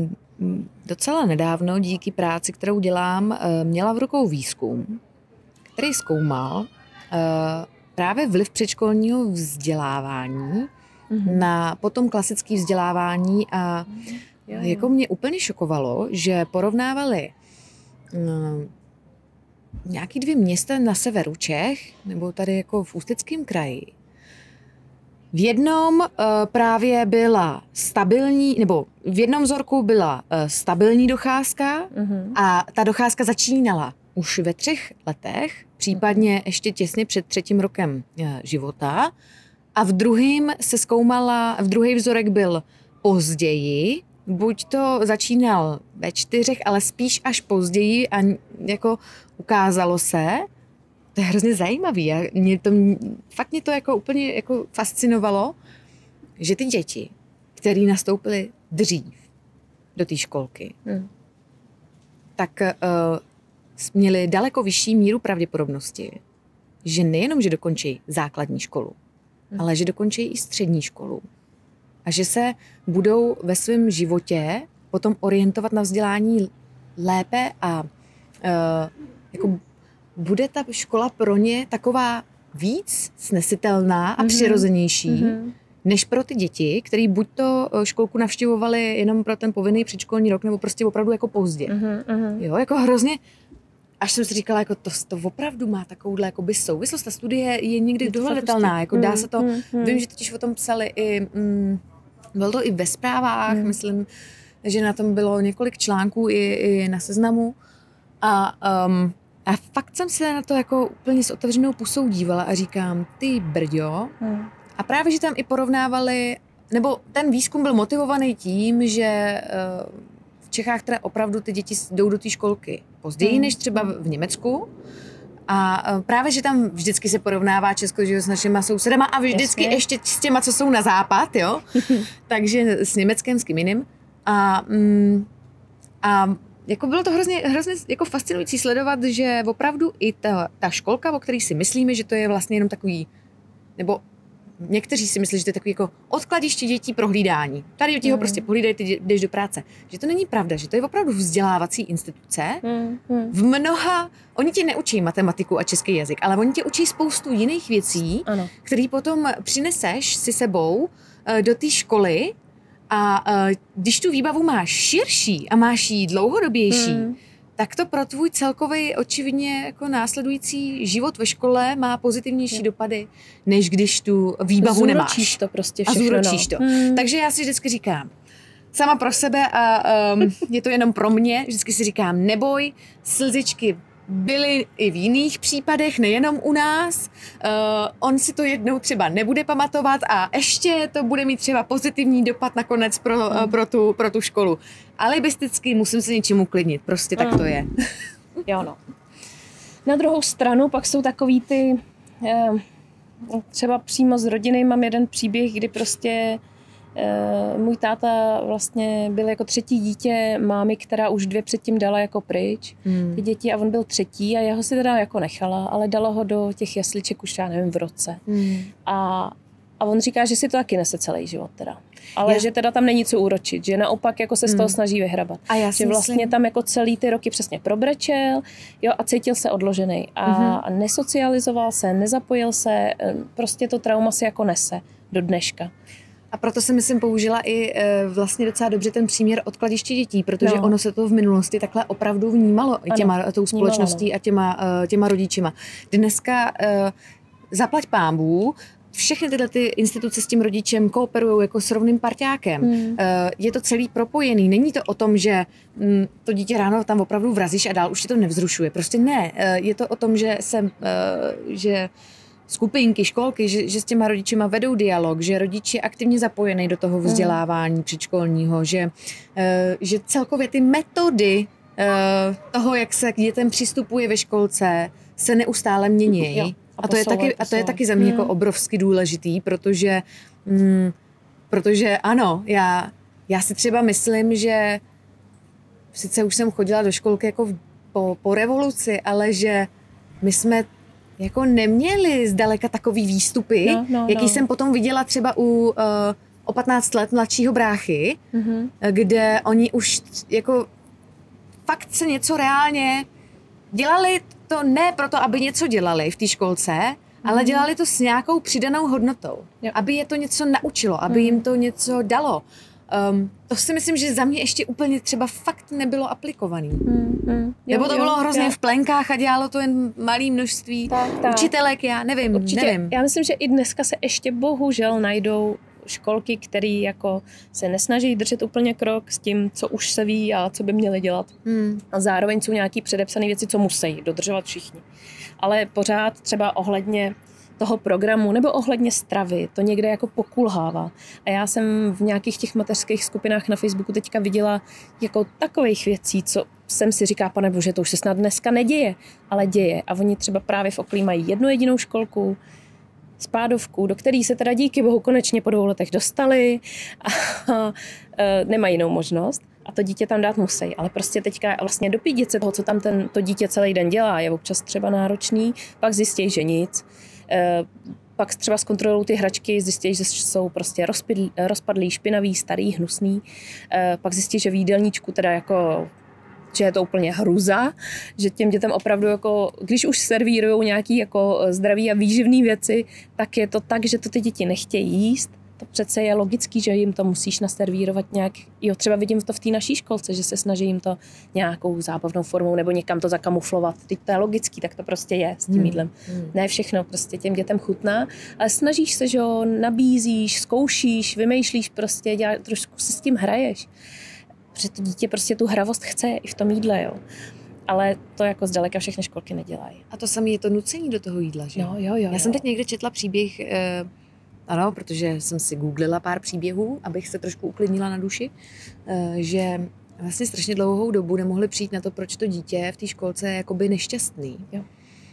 docela nedávno díky práci, kterou dělám, měla v rukou výzkum, který zkoumal uh, právě vliv předškolního vzdělávání mm-hmm. na potom klasické vzdělávání a jo, jo. jako mě úplně šokovalo, že porovnávali um, nějaký dvě města na severu Čech, nebo tady jako v Ústeckém kraji. V jednom uh, právě byla stabilní, nebo v jednom vzorku byla uh, stabilní docházka mm-hmm. a ta docházka začínala už ve třech letech, případně mm-hmm. ještě těsně před třetím rokem uh, života. A v druhém se zkoumala, v druhý vzorek byl později, buď to začínal ve čtyřech, ale spíš až později a jako ukázalo se, to je hrozně zajímavý. A mě to, fakt mě to jako úplně jako fascinovalo, že ty děti, které nastoupily dřív do té školky, hmm. tak uh, měly daleko vyšší míru pravděpodobnosti, že nejenom, že dokončí základní školu, hmm. ale že dokončí i střední školu. a že se budou ve svém životě potom orientovat na vzdělání lépe a uh, jako bude ta škola pro ně taková víc snesitelná a mm-hmm. přirozenější, mm-hmm. než pro ty děti, který buď to školku navštěvovali jenom pro ten povinný předškolní rok, nebo prostě opravdu jako pozdě. Mm-hmm. Jo, jako hrozně, až jsem si říkala, jako to, to opravdu má takovouhle jakoby souvislost. Ta studie je někdy dohledatelná, jako dá se to, mm-hmm. vím, že totiž o tom psali i, mm, bylo to i ve zprávách, mm. myslím, že na tom bylo několik článků i, i na Seznamu a um, A fakt jsem se na to jako úplně s otevřenou pusou dívala a říkám, ty brďo. Hmm. A právě, že tam i porovnávali, nebo ten výzkum byl motivovaný tím, že v Čechách teda opravdu ty děti jdou do té školky později, hmm. než třeba v Německu. A právě, že tam vždycky se porovnává Česko, že s našima sousedama a vždycky Jasně. ještě s těma, co jsou na západ, jo. Takže s Německem, s kým jiným. A, mm, a jako bylo to hrozně, hrozně jako fascinující sledovat, že opravdu i ta, ta školka, o které si myslíme, že to je vlastně jenom takový, nebo někteří si myslí, že to je takový jako odkladiště dětí pro hlídání. Tady ti ho mm. prostě pohlídají, ty jdeš do práce. Že to není pravda, že to je opravdu vzdělávací instituce. Mm. Mm. V mnoha, oni ti neučí matematiku a český jazyk, ale oni ti učí spoustu jiných věcí, ano. který potom přineseš si sebou do té školy. A uh, když tu výbavu máš širší a máš ji dlouhodobější, hmm. tak to pro tvůj celkový očividně jako následující život ve škole má pozitivnější je. dopady, než když tu výbavu zúročíš nemáš. Zúročíš to prostě všechno. A zúročíš to. Hmm. Takže já si vždycky říkám, sama pro sebe a um, je to jenom pro mě, vždycky si říkám, neboj, slzičky byly i v jiných případech, nejenom u nás. Uh, on si to jednou třeba nebude pamatovat a ještě to bude mít třeba pozitivní dopad nakonec pro, mm. uh, pro, tu, pro tu školu. Alibisticky musím se něčím uklidnit. Prostě tak mm. to je. Jo, no. Na druhou stranu pak jsou takový ty, eh, třeba přímo z rodiny mám jeden příběh, kdy prostě eh, můj táta vlastně byl jako třetí dítě mámy, která už dvě předtím dala jako pryč hmm. ty děti a on byl třetí a já ho si teda jako nechala, ale dala ho do těch jasliček už já nevím v roce. Hmm. A, a on říká, že si to taky nese celý život teda. Ale já... že teda tam není co úročit, že naopak jako se z toho hmm. snaží vyhrabat. A já že vlastně myslím... tam jako celý ty roky přesně probrečel, jo, a cítil se odložený a hmm. nesocializoval se, nezapojil se, prostě to trauma si jako nese do dneška. A proto jsem, myslím, použila i e, vlastně docela dobře ten příměr odkladiště dětí, protože no. ono se to v minulosti takhle opravdu vnímalo ano, těma, tou společností vnímalo. a těma, e, těma rodičima. Dneska e, zaplať pánbů, všechny tyhle ty instituce s tím rodičem kooperují jako s rovným parťákem. Hmm. E, je to celý propojený. Není to o tom, že m, to dítě ráno tam opravdu vrazíš a dál už tě to nevzrušuje. Prostě ne. E, je to o tom, že se... E, že skupinky, školky, že, že s těma rodičima vedou dialog, že rodič je aktivně zapojený do toho vzdělávání mm. předškolního, že, uh, že celkově ty metody uh, toho, jak se k dětem přistupuje ve školce, se neustále mění. Jo, a, a, to je taky, a to je taky za mě mm. jako obrovsky důležitý, protože, mm, protože ano, já, já si třeba myslím, že sice už jsem chodila do školky jako v, po, po revoluci, ale že my jsme jako neměli zdaleka takový výstupy, no, no, jaký no. jsem potom viděla třeba u uh, o patnáct let mladšího bráchy, mm-hmm. kde oni už jako fakt se něco reálně dělali to ne proto, aby něco dělali v té školce, mm-hmm. ale dělali to s nějakou přidanou hodnotou. Jo. Aby je to něco naučilo, aby mm-hmm. jim to něco dalo. Um, to si myslím, že za mě ještě úplně třeba fakt nebylo aplikovaný. Hmm, hmm. Jo, Nebo to jo, bylo hrozně jo. v plenkách a dělalo to jen malé množství tak, tak. učitelek, já nevím, Určitě. nevím. Já myslím, že i dneska se ještě bohužel najdou školky, které jako se nesnaží držet úplně krok s tím, co už se ví a co by měli dělat. Hmm. A zároveň jsou nějaký předepsané věci, co musí dodržovat všichni. Ale pořád třeba ohledně toho programu nebo ohledně stravy, to někde jako pokulhává. A já jsem v nějakých těch mateřských skupinách na Facebooku teďka viděla jako takových věcí, co jsem si říká, pane bože, to už se snad dneska neděje, ale děje. A oni třeba právě v okolí mají jednu jedinou školku, spádovku, do který se teda díky bohu konečně po dvou letech dostali a, a nemají jinou možnost. A to dítě tam dát musí, ale prostě teďka vlastně dopídit se toho, co tam ten, to dítě celý den dělá, je občas třeba náročný, pak zjistí, že nic. pak třeba zkontrolují ty hračky, zjistí, že jsou prostě rozpadlý, rozpadlý špinavý, starý, hnusný. E, pak zjistí, že v jídelníčku teda jako že je to úplně hruza, že těm dětem opravdu jako, když už servírujou nějaký jako zdraví a výživný věci, tak je to tak, že to ty děti nechtějí jíst. To přece je logický, že jim to musíš naservírovat nějak, jo, třeba vidím to v té naší školce, že se snaží jim to nějakou zábavnou formou nebo někam to zakamuflovat. Teď to je logický, tak to prostě je s tím hmm. jídlem. Hmm. Ne všechno prostě těm dětem chutná, ale snažíš se, že jo, nabízíš, zkoušíš, vymýšlíš prostě, dělá, trošku si s tím hraješ. Protože to dítě prostě tu hravost chce i v tom jídle, jo. Ale to jako zdaleka všechny školky nedělají. A to samé je to nucení do toho jídla, že? Jo, jo, jo. Já jsem teď někde četla příběh, eh, ano, protože jsem si googlila pár příběhů, abych se trošku uklidnila na duši, eh, že vlastně strašně dlouhou dobu nemohli přijít na to, proč to dítě v té školce je jakoby nešťastný. Jo.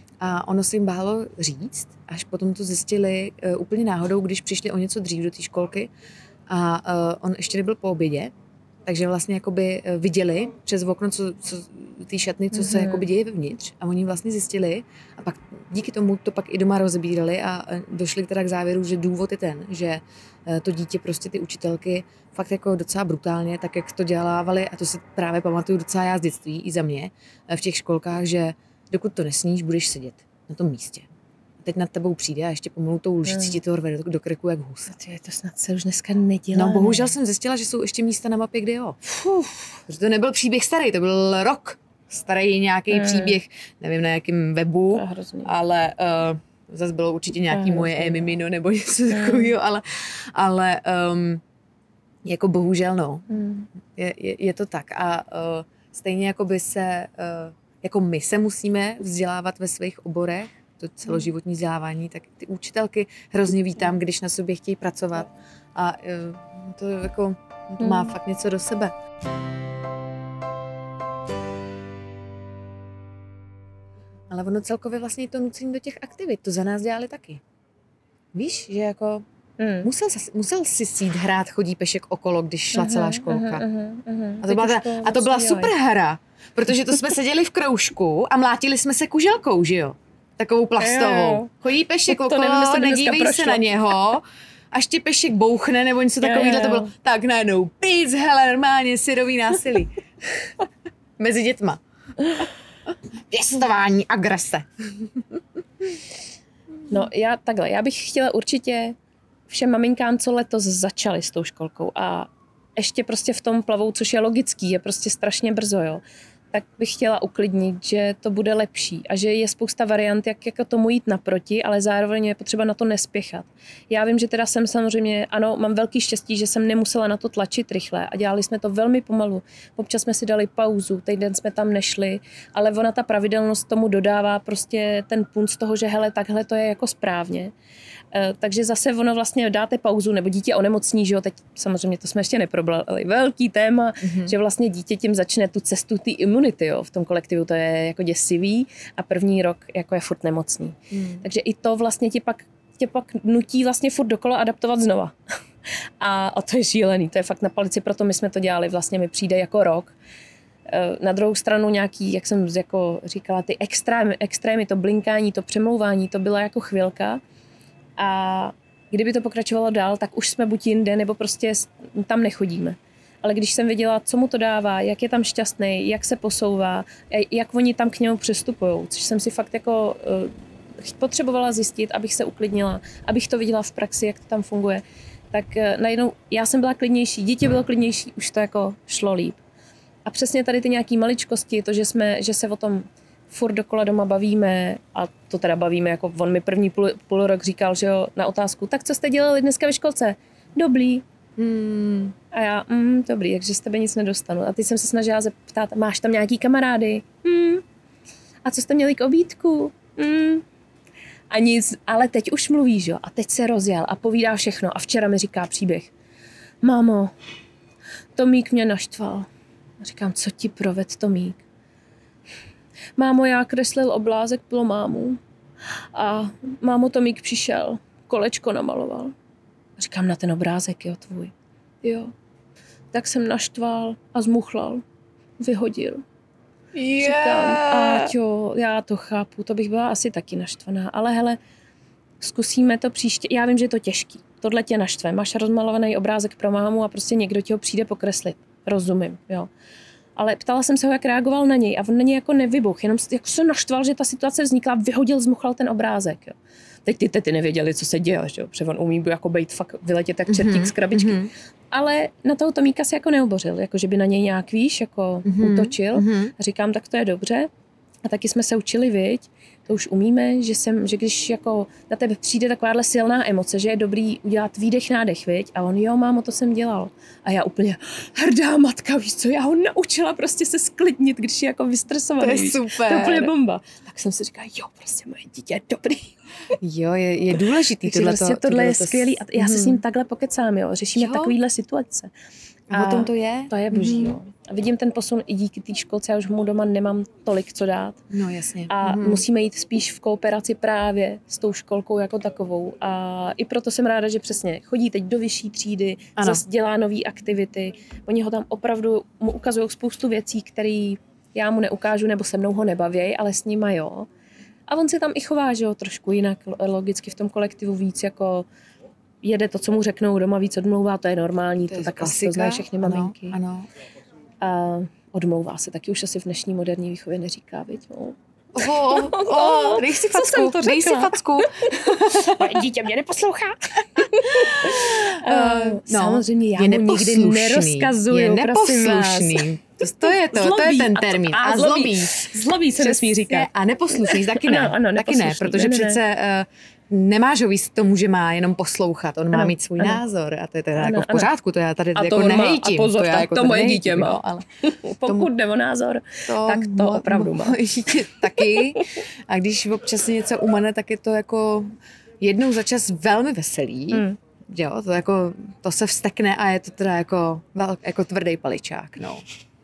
A ono se jim bálo říct, až potom to zjistili uh, úplně náhodou, když přišli o něco dřív do té školky a uh, on ještě nebyl po obědě, takže vlastně jakoby viděli přes okno, co, co té šatny, co se mm-hmm. jakoby děje vevnitř a oni vlastně zjistili a pak díky tomu to pak i doma rozebírali a došli teda k závěru, že důvod je ten, že to dítě prostě ty učitelky fakt jako docela brutálně, tak jak to dělávali a to si právě pamatuju docela já z dětství i za mě v těch školkách, že dokud to nesníš, budeš sedět na tom místě. Teď nad tebou přijde a ještě pomalu tou lžicí hmm. ti to rve do, do krku jak husa. To snad se už dneska nedělá. No bohužel jsem zjistila, že jsou ještě místa na mapě, kde jo. Uf, protože to nebyl příběh starý, to byl rok starý nějaký hmm. příběh, nevím na jakém webu, ale uh, zase bylo určitě nějaký moje e-mimino nebo něco hmm. takového, ale, ale um, jako bohužel no, hmm. je, je, je to tak a uh, stejně jako by se, uh, jako my se musíme vzdělávat ve svých oborech, to celoživotní vzdělávání, tak ty učitelky hrozně vítám, když na sobě chtějí pracovat a to jako to má fakt něco do sebe. Ale ono celkově vlastně to nucení do těch aktivit, to za nás dělali taky. Víš, že jako mm. musel, musel si sít hrát chodí pešek okolo, když šla uh-huh, celá školka. Uh-huh, uh-huh. A to byla, ta, a to byla super hra, protože to jsme seděli v kroužku a mlátili jsme se kuželkou, že jo? Takovou plastovou. Chodí pešek okolo, nevím, nedívej se na něho, až ti pešek bouchne nebo něco takového, to bylo tak najednou píc, hele, normálně syrový násilí. Mezi dětma. Pěstování agrese. No já takhle, já bych chtěla určitě všem maminkám, co letos začaly s tou školkou a ještě prostě v tom plavou, což je logický, je prostě strašně brzo, jo. Tak bych chtěla uklidnit, že to bude lepší a že je spousta variant, jak jako tomu jít naproti, ale zároveň je potřeba na to nespěchat. Já vím, že teda jsem samozřejmě, ano, mám velký štěstí, že jsem nemusela na to tlačit rychle a dělali jsme to velmi pomalu. Občas jsme si dali pauzu, týden jsme tam nešli, ale ona ta pravidelnost tomu dodává prostě ten punt z toho, že hele, takhle to je jako správně. Uh, takže zase ono vlastně dáte pauzu, nebo dítě onemocní, že jo, teď samozřejmě to jsme ještě neprobrali, velký téma, mm-hmm. že vlastně dítě tím začne tu cestu té imunity, jo, v tom kolektivu to je jako děsivý a první rok jako je furt nemocný. Mm. Takže i to vlastně tě pak, tě pak nutí vlastně furt dokola adaptovat znova. a, a to je šílený, to je fakt na palici, proto my jsme to dělali, vlastně mi přijde jako rok. Uh, na druhou stranu nějaký, jak jsem jako říkala, ty extrémy, extrémy, to blinkání, to přemlouvání, to byla jako chvilka. A kdyby to pokračovalo dál, tak už jsme buď jinde, nebo prostě tam nechodíme. Ale když jsem viděla, co mu to dává, jak je tam šťastný, jak se posouvá, jak oni tam k němu přistupují, což jsem si fakt jako uh, potřebovala zjistit, abych se uklidnila, abych to viděla v praxi, jak to tam funguje, tak uh, najednou já jsem byla klidnější, dítě bylo klidnější, už to jako šlo líp. A přesně tady ty nějaký maličkosti, to, že, jsme, že se o tom furt dokola doma bavíme a to teda bavíme, jako on mi první půl, půl rok říkal, že jo, na otázku, tak co jste dělali dneska ve školce? Dobrý. Hmm. A já, mm, dobrý, takže z tebe nic nedostanu. A teď jsem se snažila zeptat, máš tam nějaký kamarády? Hmm. A co jste měli k obídku? Hmm. A nic, ale teď už mluví, že jo, a teď se rozjel a povídá všechno a včera mi říká příběh. Mámo, Tomík mě naštval. A říkám, co ti proved Tomík? Mámo, já kreslil oblázek pro mámu a mámo, Tomík přišel, kolečko namaloval. A říkám, na ten obrázek, jo, tvůj. Jo. Tak jsem naštval a zmuchlal. Vyhodil. Yeah. Říkám, Áťo, já to chápu, to bych byla asi taky naštvaná, ale hele, zkusíme to příště, já vím, že je to těžký, tohle tě naštve, máš rozmalovaný obrázek pro mámu a prostě někdo ti ho přijde pokreslit, rozumím, jo. Ale ptala jsem se ho, jak reagoval na něj a on na něj jako nevybuch, jenom jako se naštval, že ta situace vznikla, vyhodil, zmuchlal ten obrázek, jo. Teď ty tety nevěděli, co se děje, že jo, protože on umí jako bejt fakt vyletět jak čertík mm-hmm. z krabičky. Mm-hmm. Ale na toho Tomíka se jako neobořil, jako že by na něj nějak, víš, jako mm-hmm. útočil. Mm-hmm. A říkám, tak to je dobře. A taky jsme se učili, viď, to už umíme, že, jsem, že když jako na tebe přijde takováhle silná emoce, že je dobrý udělat výdech, nádech, viď? A on, jo, mámo, to jsem dělal. A já úplně, hrdá matka, víš co, já ho naučila prostě se sklidnit, když je jako vystresovaný. To je víš? super. To je úplně bomba. Tak jsem si říkala, jo, prostě moje dítě je dobrý. Jo, je, je důležitý tohle. Vlastně tohle je skvělý a já hmm. se s ním takhle pokecám, jo, řešíme jo. takovýhle situace. A o tom to je? To je boží, mm. jo. A vidím ten posun i díky té školce, já už mu doma nemám tolik co dát. No jasně. A mm. musíme jít spíš v kooperaci právě s tou školkou jako takovou. A i proto jsem ráda, že přesně chodí teď do vyšší třídy, zase dělá nové aktivity. Oni ho tam opravdu mu ukazují spoustu věcí, které já mu neukážu nebo se mnou ho nebaví, ale s nima jo. A on se tam i chová, že jo, trošku jinak logicky v tom kolektivu víc jako jede to, co mu řeknou, doma víc odmlouvá, to je normální, to, to tak asi to znají všechny maminky. Ano, ano. A odmlouvá se, taky už asi v dnešní moderní výchově neříká, viď? No. Oh, oh, dej si facku, dej si facku. Dítě mě neposlouchá. uh, no, samozřejmě já je mu nikdy nerozkazuju, je neposlušný. To, to je to, zlobí, to je ten termín. A, to, a, a zlobí. Zlobí se nesmí říkat. A neposlušný, taky ne. Ano, ano, taky ne, protože ne, ne, přece uh, nemáš ho víc tomu, že má jenom poslouchat. On ano, má mít svůj ano. názor a to je teda ano, jako v pořádku. To já tady a jako nehejtím. A pozor, to, já tak jako to moje dítě má. No, ale pokud jde o názor, to tak to mo, opravdu má. Dítě taky. A když občas něco umane, tak je to jako jednou za čas velmi veselý. Hmm. Jo, to, jako, to se vztekne a je to teda jako, jako tvrdý paličák. No.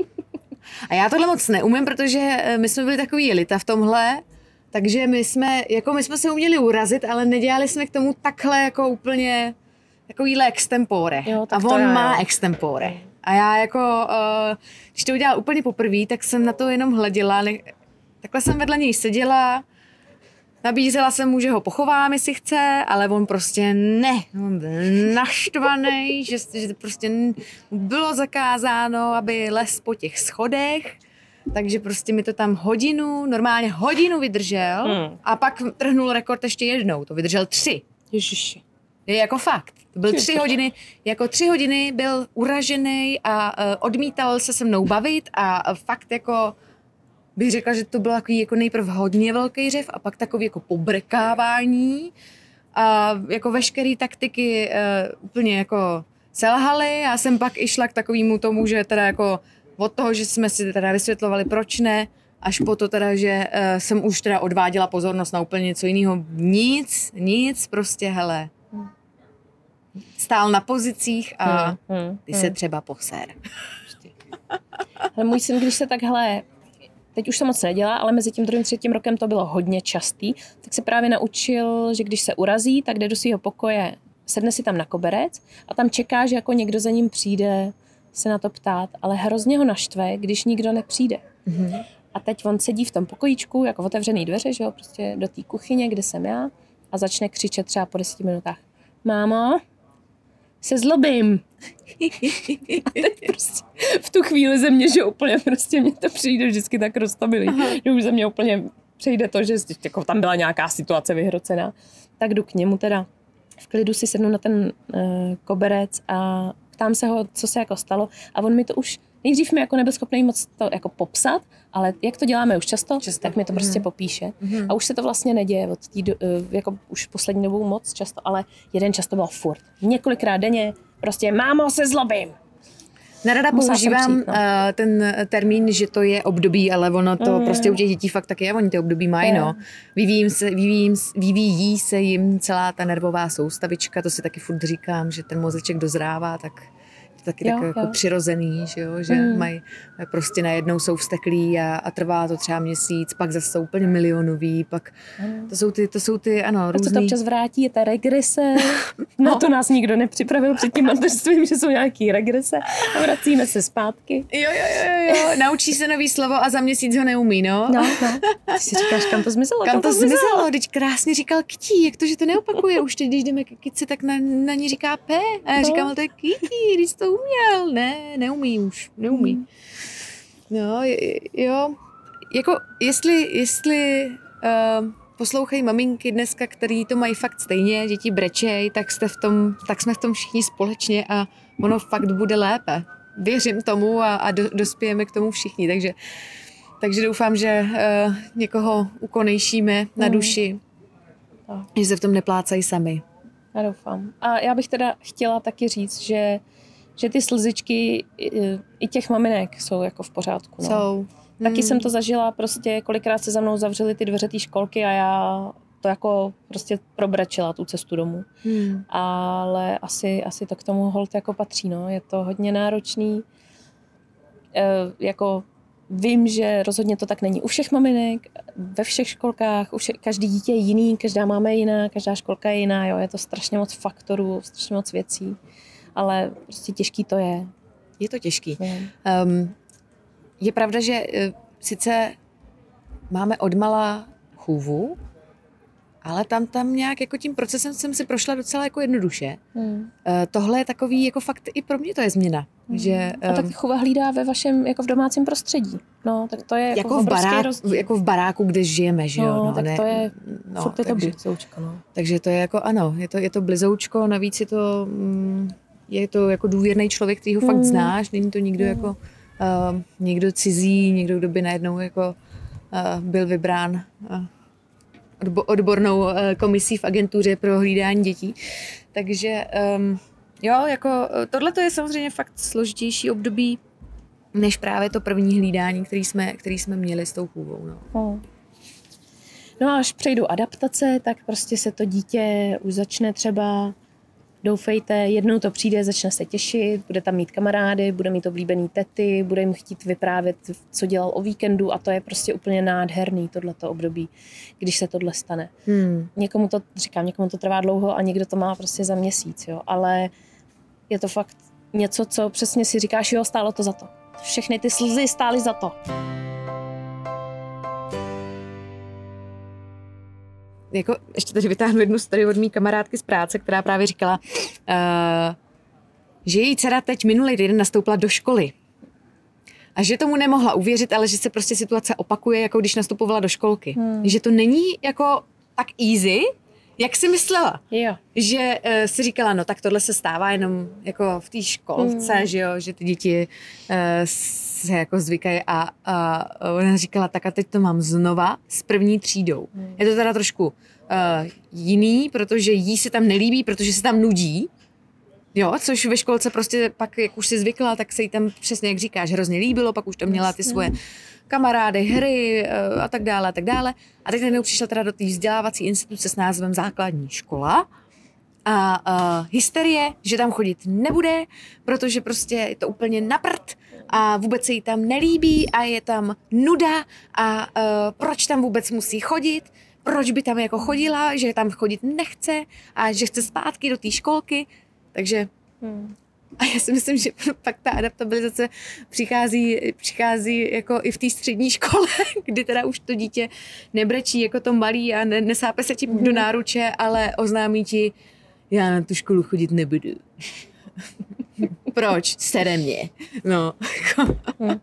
A já tohle moc neumím, protože my jsme byli takový elita v tomhle, takže my jsme, jako my jsme se uměli urazit, ale nedělali jsme k tomu takhle jako úplně takovýhle extempore. Jo, a on má extempore. A já jako, uh, když to udělal úplně poprvé, tak jsem na to jenom hleděla, ne, takhle jsem vedle něj seděla, nabízela jsem mu, že ho pochovám, jestli chce, ale on prostě ne. On byl naštvaný, že, že prostě bylo zakázáno, aby les po těch schodech, takže prostě mi to tam hodinu, normálně hodinu vydržel hmm. a pak trhnul rekord ještě jednou, to vydržel tři. Ježiši. Je jako fakt. To byl tři hodiny, jako tři hodiny byl uražený a uh, odmítal se se mnou bavit a uh, fakt jako bych řekla, že to bylo takový jako nejprv hodně velký řev a pak takový jako pobrekávání a jako veškerý taktiky uh, úplně jako selhaly. Já jsem pak i šla k takovému tomu, že teda jako od toho, že jsme si teda vysvětlovali, proč ne, až po to teda, že uh, jsem už teda odváděla pozornost na úplně něco jiného. Nic, nic, prostě hele. Stál na pozicích a hmm, hmm, ty hmm. se třeba poser. Ale můj syn, když se takhle, teď už se moc nedělá, ale mezi tím druhým třetím rokem to bylo hodně častý, tak se právě naučil, že když se urazí, tak jde do svého pokoje, sedne si tam na koberec a tam čeká, že jako někdo za ním přijde se na to ptát, ale hrozně ho naštve, když nikdo nepřijde. Mm-hmm. A teď on sedí v tom pokojíčku, jako otevřený dveře, že jo, prostě do té kuchyně, kde jsem já a začne křičet třeba po deseti minutách. Mámo, se zlobím. A teď prostě v tu chvíli ze mě, že úplně prostě mě to přijde vždycky tak roztomilý, že už ze mě úplně přejde to, že jako tam byla nějaká situace vyhrocená. Tak jdu k němu teda v klidu si sednu na ten uh, koberec a ptám se ho, co se jako stalo a on mi to už nejdřív mi jako nebyl schopný moc to jako popsat, ale jak to děláme už často, často. tak mi to prostě mm. popíše. Mm. A už se to vlastně neděje od tý, jako už poslední dobou moc často, ale jeden často byl furt. Několikrát denně prostě mámo, se zlobím. Nerada používám přijít, no. uh, ten termín, že to je období, ale ono to mm. prostě u těch dětí fakt tak je, oni ty období mají, yeah. no. Vyvíjí se, vyvíjí, vyvíjí se jim celá ta nervová soustavička, to si taky furt říkám, že ten mozeček dozrává, tak taky Jo, takové jako jo. přirozený, že, jo? Že Mm. mají prostě najednou jsou vzteklí a, a trvá to třeba měsíc, pak zase jsou úplně milionový, pak Ano. to jsou ty, to jsou ty, ano, A co to různý. občas vrátí, je ta regrese. Na No. to nás nikdo nepřipravil před tím mateřstvím, že jsou nějaký regrese a vracíme se zpátky. Jo, jo, jo, jo, naučí se nový slovo a za měsíc ho neumí, no. No, no. Ty si říkáš, kam to zmizelo? Kam to zmizelo? Teď krásně říkal Kitty, jak to, že to neopakuje. Už teď, když jdeme k Kitce, tak na, na ní říká P. A já No. říkám, ale to je Kitty, když jsi to uměl. Ne, neumí už, neumí. Hmm. No, je- jo. Jako, jestli, jestli uh, poslouchají maminky dneska, který to mají fakt stejně, děti brečej, tak, jste v tom, tak jsme v tom všichni společně a ono fakt bude lépe. Věřím tomu a, a do, dospějeme k tomu všichni, takže Takže doufám, že uh, někoho ukonejšíme na Mm. duši, Tak. že se v tom neplácají sami. Já doufám. A já bych teda chtěla taky říct, že, že ty slzičky i, i těch maminek jsou jako v pořádku. No. Jsou. Taky Hmm. jsem to zažila, prostě kolikrát se za mnou zavřely ty dveře té školky a já to jako prostě probrečela tu cestu domů. Hmm. Ale asi, asi to k tomu holt jako patří, no. Je to hodně náročný. E, jako vím, že rozhodně to tak není u všech maminek, ve všech školkách, u vše, každý dítě je jiný, každá máma je jiná, každá školka je jiná, jo. Je to strašně moc faktorů, strašně moc věcí, ale prostě těžký to je. Je to těžký. No. Um, je pravda, že uh, sice máme odmala chůvu, ale tam, tam nějak jako tím procesem jsem si prošla docela jako jednoduše. Hmm. Uh, tohle je takový, jako fakt i pro mě to je změna. Hmm. Že, A tak um, chůva hlídá ve vašem, jako v domácím prostředí. No, tak to je jako, jako, v obrovský barák, rozdíl. jako v baráku, kde žijeme, že jo? No, No, tak ne, to je, no, furt je to takže, blízoučko, no. takže to je jako ano, je to, je to blizoučko, navíc je to, mm, je to jako důvěrný člověk, který ho fakt Hmm. znáš, není to nikdo Hmm. jako uh, někdo cizí, někdo, kdo by najednou jako uh, byl vybrán uh, odbo, odbornou uh, komisí v agentuře pro hlídání dětí. Takže um, jo, jako tohle to je samozřejmě fakt složitější období, než právě to první hlídání, který jsme, který jsme měli s tou chůvou. No. No. No a až přejdu adaptace, tak prostě se to dítě už začne třeba, doufejte, jednou to přijde, začne se těšit, bude tam mít kamarády, bude mít oblíbený tety, bude jim chtít vyprávět, co dělal o víkendu a to je prostě úplně nádherný tohleto období, když se tohle stane. Hmm. Někomu to, říkám, někomu to trvá dlouho a někdo to má prostě za měsíc, jo, ale je to fakt něco, co přesně si říkáš, jo, stálo to za to. Všechny ty slzy stály za to. Jako, ještě tady vytáhnu jednu story od mý kamarádky z práce, která právě říkala, uh, že její dcera teď minulý týden nastoupila do školy. A že tomu nemohla uvěřit, ale že se prostě situace opakuje, jako když nastupovala do školky. Hmm. Že to není jako tak easy, jak si myslela. Jo. Že uh, si říkala, no tak tohle se stává jenom jako v té školce, hmm. že jo, že ty děti uh, se jako zvykají a, a ona říkala, tak a teď to mám znova s první třídou. Hmm. Je to teda trošku uh, jiný, protože jí se tam nelíbí, protože se tam nudí, jo, což ve školce prostě pak, jak už si zvykla, tak se jí tam přesně, jak říkáš, hrozně líbilo, pak už tam měla ty svoje kamarády, hry uh, a tak dále a tak dále. A teď najednou přišla teda do té vzdělávací instituce s názvem Základní škola a uh, hysterie, že tam chodit nebude, protože prostě je to úplně na prd a vůbec se jí tam nelíbí a je tam nuda a uh, proč tam vůbec musí chodit, proč by tam jako chodila, že tam chodit nechce a že chce zpátky do té školky, takže Hmm. a já si myslím, že pak ta adaptabilizace přichází, přichází jako i v té střední škole, kdy teda už to dítě nebrečí jako to malý a ne, nesápe se ti do náruče, ale oznámí ti, já na tu školu chodit nebudu. Proč? Sere mě. No. Hmm.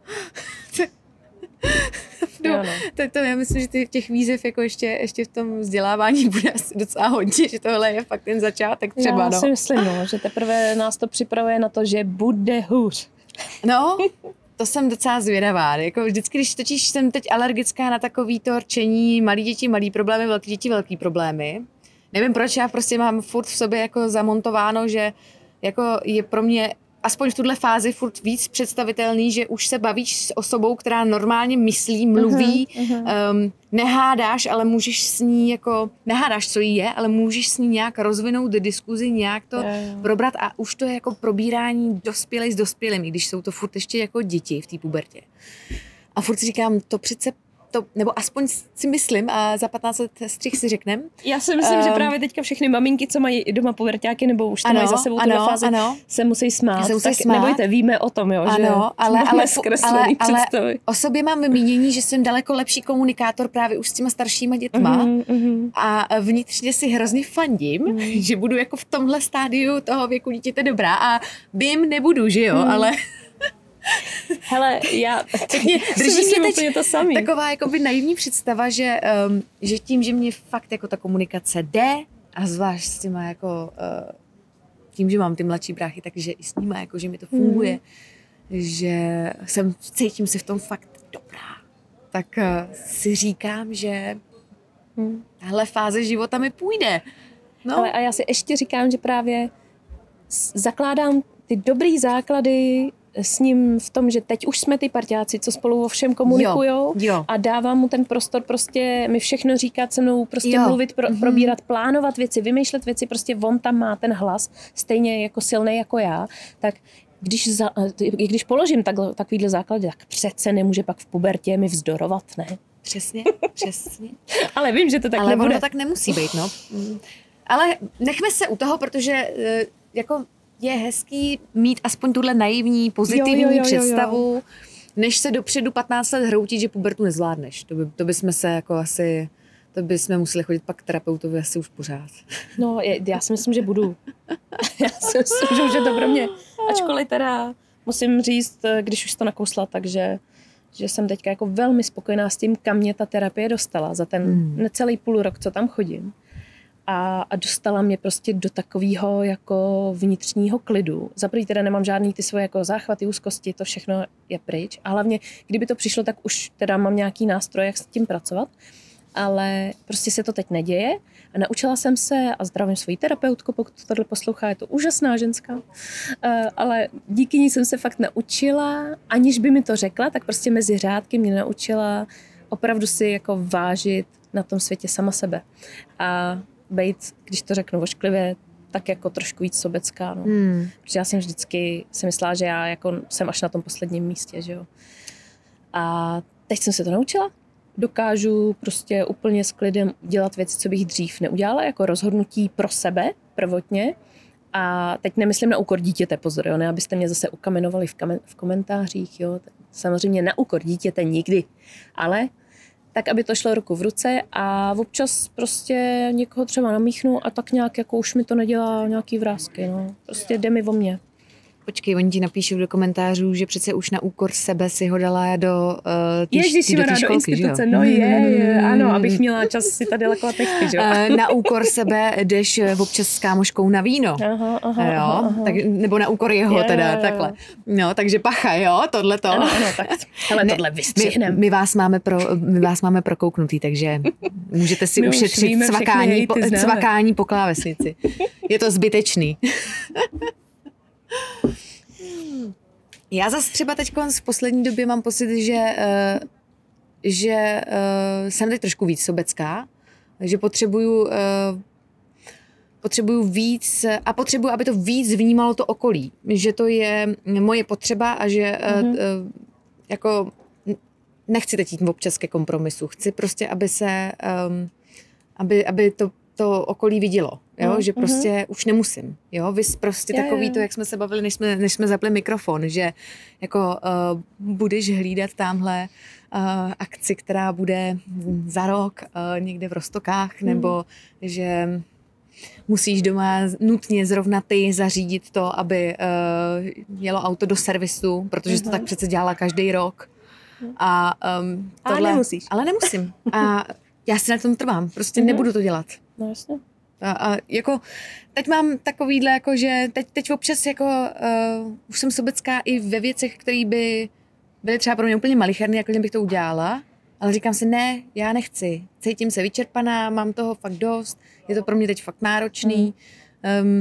No, Jo, no. to, to já myslím, že těch, těch výzev jako ještě, ještě v tom vzdělávání bude asi docela hodně, že tohle je fakt ten začátek třeba, Já no. si myslím, no, že teprve nás to připravuje na to, že bude hůř. No, to jsem docela zvědavá. Jako vždycky, když totiž jsem teď alergická na takový to rčení, malí děti, malý problémy, velký děti, velký problémy. Nevím, proč já prostě mám furt v sobě jako zamontováno, že jako je pro mě aspoň v tuhle fázi furt víc představitelný, že už se bavíš s osobou, která normálně myslí, mluví, uh-huh. um, nehádáš, ale můžeš s ní jako, nehádáš, co jí je, ale můžeš s ní nějak rozvinout diskuzi, nějak to yeah. probrat a už to je jako probírání dospělej s dospělými, když jsou to furt ještě jako děti v té pubertě. A furt si říkám, to přece to, nebo aspoň si myslím a za patnáct let střih si řeknem. Já si myslím, um, že právě teďka všechny maminky, co mají doma puberťáky nebo už to ano, mají za sebou tuhle fázi, ano. se musí smát. Se musí tak smát. Nebojte, víme o tom, jo, ano, že ale, ale, ale, ale o sobě mám mínění, že jsem daleko lepší komunikátor právě už s těma staršíma dětma uh-huh, uh-huh. a vnitřně si hrozně fandím, uh-huh. že budu jako v tomhle stádiu toho věku dítěte dobrá a vím, nebudu, že jo, uh-huh. ale... Hele, já mě, drží mě teď to samý. Taková jakoby naivní představa, že, um, že tím, že mě fakt jako ta komunikace jde a zvlášť s těma jako uh, tím, že mám ty mladší bráchy, takže i s nima jako, že mi to funguje, mm. že jsem, cítím se v tom fakt dobrá. Tak uh, si říkám, že mm. tahle fáze života mi půjde. No. Ale a já si ještě říkám, že právě zakládám ty dobrý základy s ním v tom, že teď už jsme ty parťáci, co spolu o všem komunikujou a dávám mu ten prostor prostě mi všechno říkat, se mnou prostě jo. mluvit, pro, mm-hmm. probírat, plánovat věci, vymýšlet věci, prostě on tam má ten hlas stejně jako silný jako já, tak když, za, když položím takhle, takovýhle základy, tak přece nemůže pak v pubertě mi vzdorovat, ne? Přesně, přesně. Ale vím, že to tak Ale nebude. Ale to tak nemusí být, no. Ale nechme se u toho, protože jako je hezký mít aspoň tuhle naivní, pozitivní jo, jo, jo, představu, jo, jo. než se dopředu patnáct let hroutit, že pubertu nezvládneš. To by, to by jsme se jako asi, to by jsme museli chodit pak k terapeutovi asi už pořád. No, já si myslím, že budu. Já si myslím, že už je to pro mě. Ačkoliv teda musím říct, když už to nakousla, takže že jsem teďka jako velmi spokojená s tím, kam mě ta terapie dostala za ten hmm. necelý půl rok, co tam chodím. A, a dostala mě prostě do takového jako vnitřního klidu. Za první teda nemám žádný ty svoje jako záchvaty, úzkosti, to všechno je pryč. A hlavně, kdyby to přišlo, tak už teda mám nějaký nástroj, jak s tím pracovat. Ale prostě se to teď neděje. A naučila jsem se, a zdravím svoji terapeutku, pokud to tohle poslouchá, je to úžasná ženská. Uh, ale díky ní jsem se fakt naučila, aniž by mi to řekla, tak prostě mezi řádky mě naučila opravdu si jako vážit na tom světě sama sebe. A být, když to řeknu ošklivě, tak jako trošku víc sobecká, no. Hmm. Protože já jsem vždycky si myslela, že já jako jsem až na tom posledním místě, že jo. A teď jsem se to naučila. Dokážu prostě úplně s klidem dělat věci, co bych dřív neudělala, jako rozhodnutí pro sebe prvotně. A teď nemyslím na úkor dítěte, pozor, jo, ne, abyste mě zase ukamenovali v, kamen- v komentářích, jo. Samozřejmě na úkor dítěte nikdy, ale tak, aby to šlo ruku v ruce a občas prostě někoho třeba namíchnu a tak nějak jako už mi to nedělá nějaký vrásky, no. Prostě jde mi o mě. Počkej, oni ti napíšou do komentářů, že přece už na úkor sebe si ho dala do uh, té do instituce, no je, je, ano, abych měla čas si tady lakovat nechty, že jo. Uh, na úkor sebe jdeš občas s kámoškou na víno, aha, aha, jo, aha, aha. Tak, nebo na úkor jeho je, teda, je, je. takhle. No, takže pacha, jo, tohleto. Ano, ano, tak hele, tohle vystřihnem. My, my, vás máme pro, my vás máme prokouknutý, takže můžete si my ušetřit cvakání po, cvakání po klávesnici. Je to zbytečný. Já zase třeba teď v poslední době mám pocit, že, uh, že uh, jsem teď trošku víc sobecká, že potřebuju, uh, potřebuju víc a potřebuju, aby to víc vnímalo to okolí, že to je moje potřeba a že uh, mm-hmm. uh, jako nechci teď jít občas ke kompromisu, chci prostě, aby se, um, aby, aby to to okolí vidělo, jo? Mm, že prostě mm. už nemusím, jo, vy prostě je, takový je. To, jak jsme se bavili, než jsme, než jsme zapli mikrofon, že jako uh, budeš hlídat tamhle uh, akci, která bude za rok uh, někde v Roztokách, mm. nebo že musíš doma nutně zrovna ty zařídit to, aby uh, jelo auto do servisu, protože mm. to tak přece dělala každý rok. A um, tohle, ale nemusíš. Ale nemusím. A já si na tom trvám, prostě mm. nebudu to dělat. No jasně. A, a jako, teď mám takovýhle, jako, že teď, teď občas jako, uh, už jsem sobecká i ve věcech, které by byly třeba pro mě úplně malicherné, jako bych to udělala, ale říkám si, ne, já nechci, cítím se vyčerpaná, mám toho fakt dost, je to pro mě teď fakt náročný, mm. um,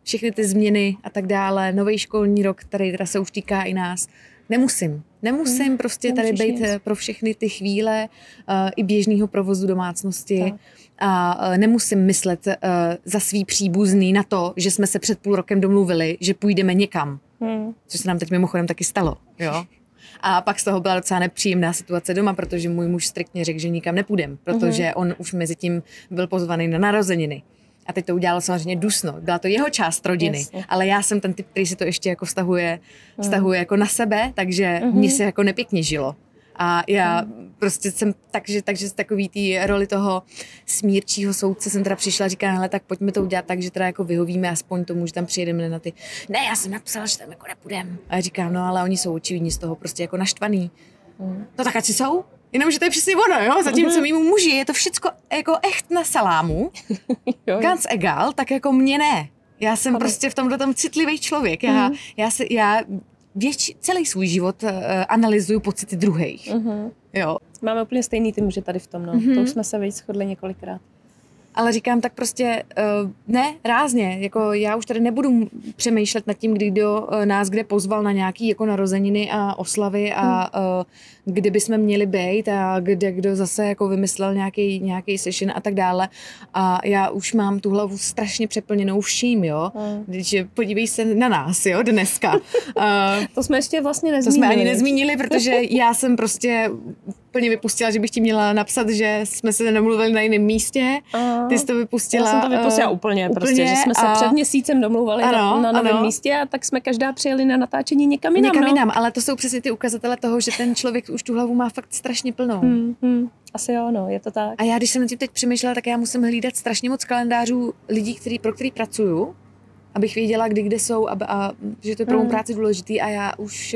všechny ty změny a tak dále, nový školní rok, který teda se už týká i nás. Nemusím. Nemusím hmm, prostě tady být nic. Pro všechny ty chvíle uh, i běžného provozu domácnosti tak. a uh, nemusím myslet uh, za svý příbuzný na to, že jsme se před půl rokem domluvili, že půjdeme někam. Hmm. Což se nám teď mimochodem taky stalo. Jo? A pak z toho byla docela nepříjemná situace doma, protože můj muž striktně řekl, že nikam nepůjdem, protože hmm. on už mezi tím byl pozvaný na narozeniny. A teď to udělalo samozřejmě dusno. Byla to jeho část rodiny, Jasně. ale já jsem ten typ, který si to ještě jako vztahuje, vztahuje jako na sebe, takže mm-hmm. mně se jako nepěkně žilo. A já mm. prostě jsem takže, takže z takový té roli toho smírčího soudce jsem teda přišla a říkala, hele, tak pojďme to udělat tak, že teda jako vyhovíme aspoň tomu, že tam přijedeme na ty. Ne, já jsem napsala, že tam jako nepůjdem. A já říkám, no ale oni jsou očividně z toho prostě jako naštvaný. Mm. No tak ať si jsou. Jenomže to je přesně ono, jo? Zatímco mýmu muži je to všecko jako echt na salámu, ganz egal, tak jako mě ne. Já jsem ano. prostě v tomhle tom citlivý člověk. Já, uh-huh. já, se, já věč, celý svůj život uh, analyzuju pocity druhých. Uh-huh. Jo. Máme úplně stejný ty muže tady v tom, no. Uh-huh. To už jsme se víc shodli několikrát. Ale říkám tak prostě, uh, ne, rázně, jako já už tady nebudu přemýšlet nad tím, kdy kdo uh, nás kde pozval na nějaký jako narozeniny a oslavy a uh, kde bychom měli být a kde kdo zase jako vymyslel nějaký, nějaký session a tak dále. A já už mám tu hlavu strašně přeplněnou vším, jo. Hmm. Když podívej se na nás, jo, dneska. Uh, to jsme ještě vlastně nezmínili. To jsme ani nezmínili, protože já jsem prostě úplně vypustila, že bych ti měla napsat, že jsme se nemluvili na jiném místě. A ty jsi to vypustila. Já jsem to vypustila uh, úplně, prostě, úplně, že jsme se a před měsícem domluvali ano, na, na novém místě a tak jsme každá přijeli na natáčení někam jinam. Někam no. jinam, ale to jsou přesně ty ukazatele toho, že ten člověk už tu hlavu má fakt strašně plnou. Hmm, hmm. Asi jo, no, je to tak. A já, když jsem na tím teď přemýšlela, tak já musím hlídat strašně moc kalendářů lidí, který, pro který pracuju, abych věděla, kdy kde jsou a, a že to je pro mou práci důležitý a já už,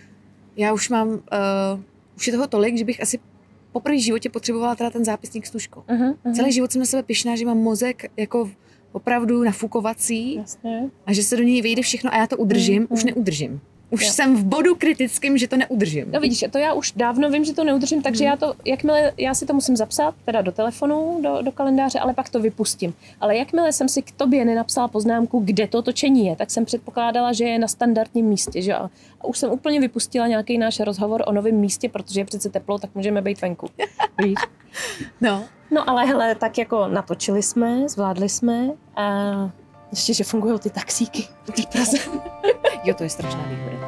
já už mám, uh, už je toho tolik, že bych asi poprvé v životě potřebovala teda ten zápisník s tužkou. Uh-huh, uh-huh. Celý život jsem na sebe pyšná, že mám mozek jako opravdu nafukovací. Jasně. A že se do něj vejde všechno a já to udržím, uh-huh. už neudržím. Už jo. jsem v bodu kritickým, že to neudržím. No vidíš, to já už dávno vím, že to neudržím, takže hmm. já to, jakmile, já si to musím zapsat, teda do telefonu, do, do kalendáře, ale pak to vypustím. Ale jakmile jsem si k tobě nenapsala poznámku, kde to točení je, tak jsem předpokládala, že je na standardním místě, že a, a už jsem úplně vypustila nějaký náš rozhovor o novém místě, protože je přece teplo, tak můžeme být venku. Víš? No. No ale hele, tak jako natočili jsme, zvládli jsme a ještě, že fungují ty taxíky v té Praze. Jo, to je strašná výhoda.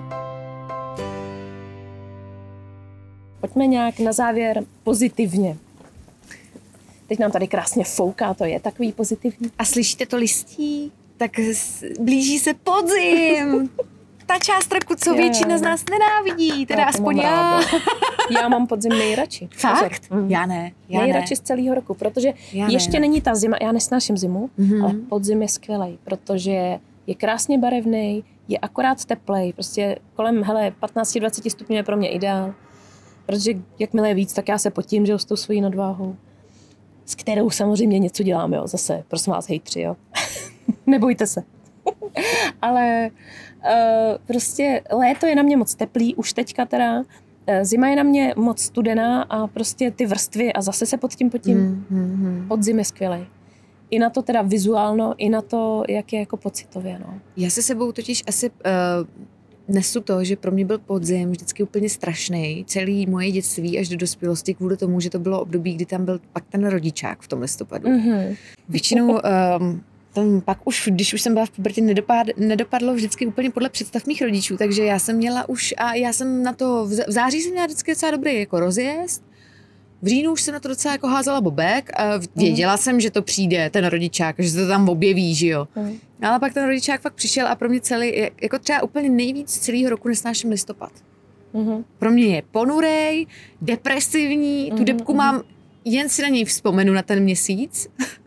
Pojďme nějak na závěr pozitivně. Teď nám tady krásně fouká, to je takový pozitivní. A slyšíte to listí? Tak blíží se podzim. Ta část roku, co je, většina z nás nenávidí, teda já aspoň já. Já mám podzim nejradši. Fakt? Mm. Já ne. Já nejradši ne. z celého roku, protože já ještě ne. není ta zima, já nesnáším zimu, mm-hmm. ale podzim je skvělej, protože je krásně barevnej, je akorát teplej, prostě kolem, hele, patnáct dvacet stupňů je pro mě ideál, protože jakmile je víc, tak já se potím, že s tou svojí nadváhou, s kterou samozřejmě něco dělám, jo, zase, prosím vás, hejtři, jo. Nebojte se. Ale uh, prostě léto je na mě moc teplý, už teďka teda, uh, zima je na mě moc studená a prostě ty vrstvy a zase se pod tím potím. Mm, mm, mm. Podzim je skvělej. I na to teda vizuálno, i na to, jak je jako pocitově, no. Já se sebou totiž asi uh, nesu to, že pro mě byl podzim vždycky úplně strašný. Celý moje dětství až do dospělosti kvůli tomu, že to bylo období, kdy tam byl pak ten rodičák v tom listopadu. Mm-hmm. Většinou um, tam pak už, když už jsem byla v pubertě, nedopad, nedopadlo vždycky úplně podle představ mých rodičů, takže já jsem měla už, a já jsem na to, v září jsem měla vždycky docela dobrý jako rozjezd, v říjnu už jsem na to docela jako házela bobek a věděla mm. jsem, že to přijde, ten rodičák, že se to tam objeví, že jo. Mm. Ale pak ten rodičák fakt přišel a pro mě celý, jako třeba úplně nejvíc celého roku nesnáším listopad. Mm. Pro mě je ponurej, depresivní, mm. tu debku mm. mám, jen si na něj vzpomenu na ten měsíc.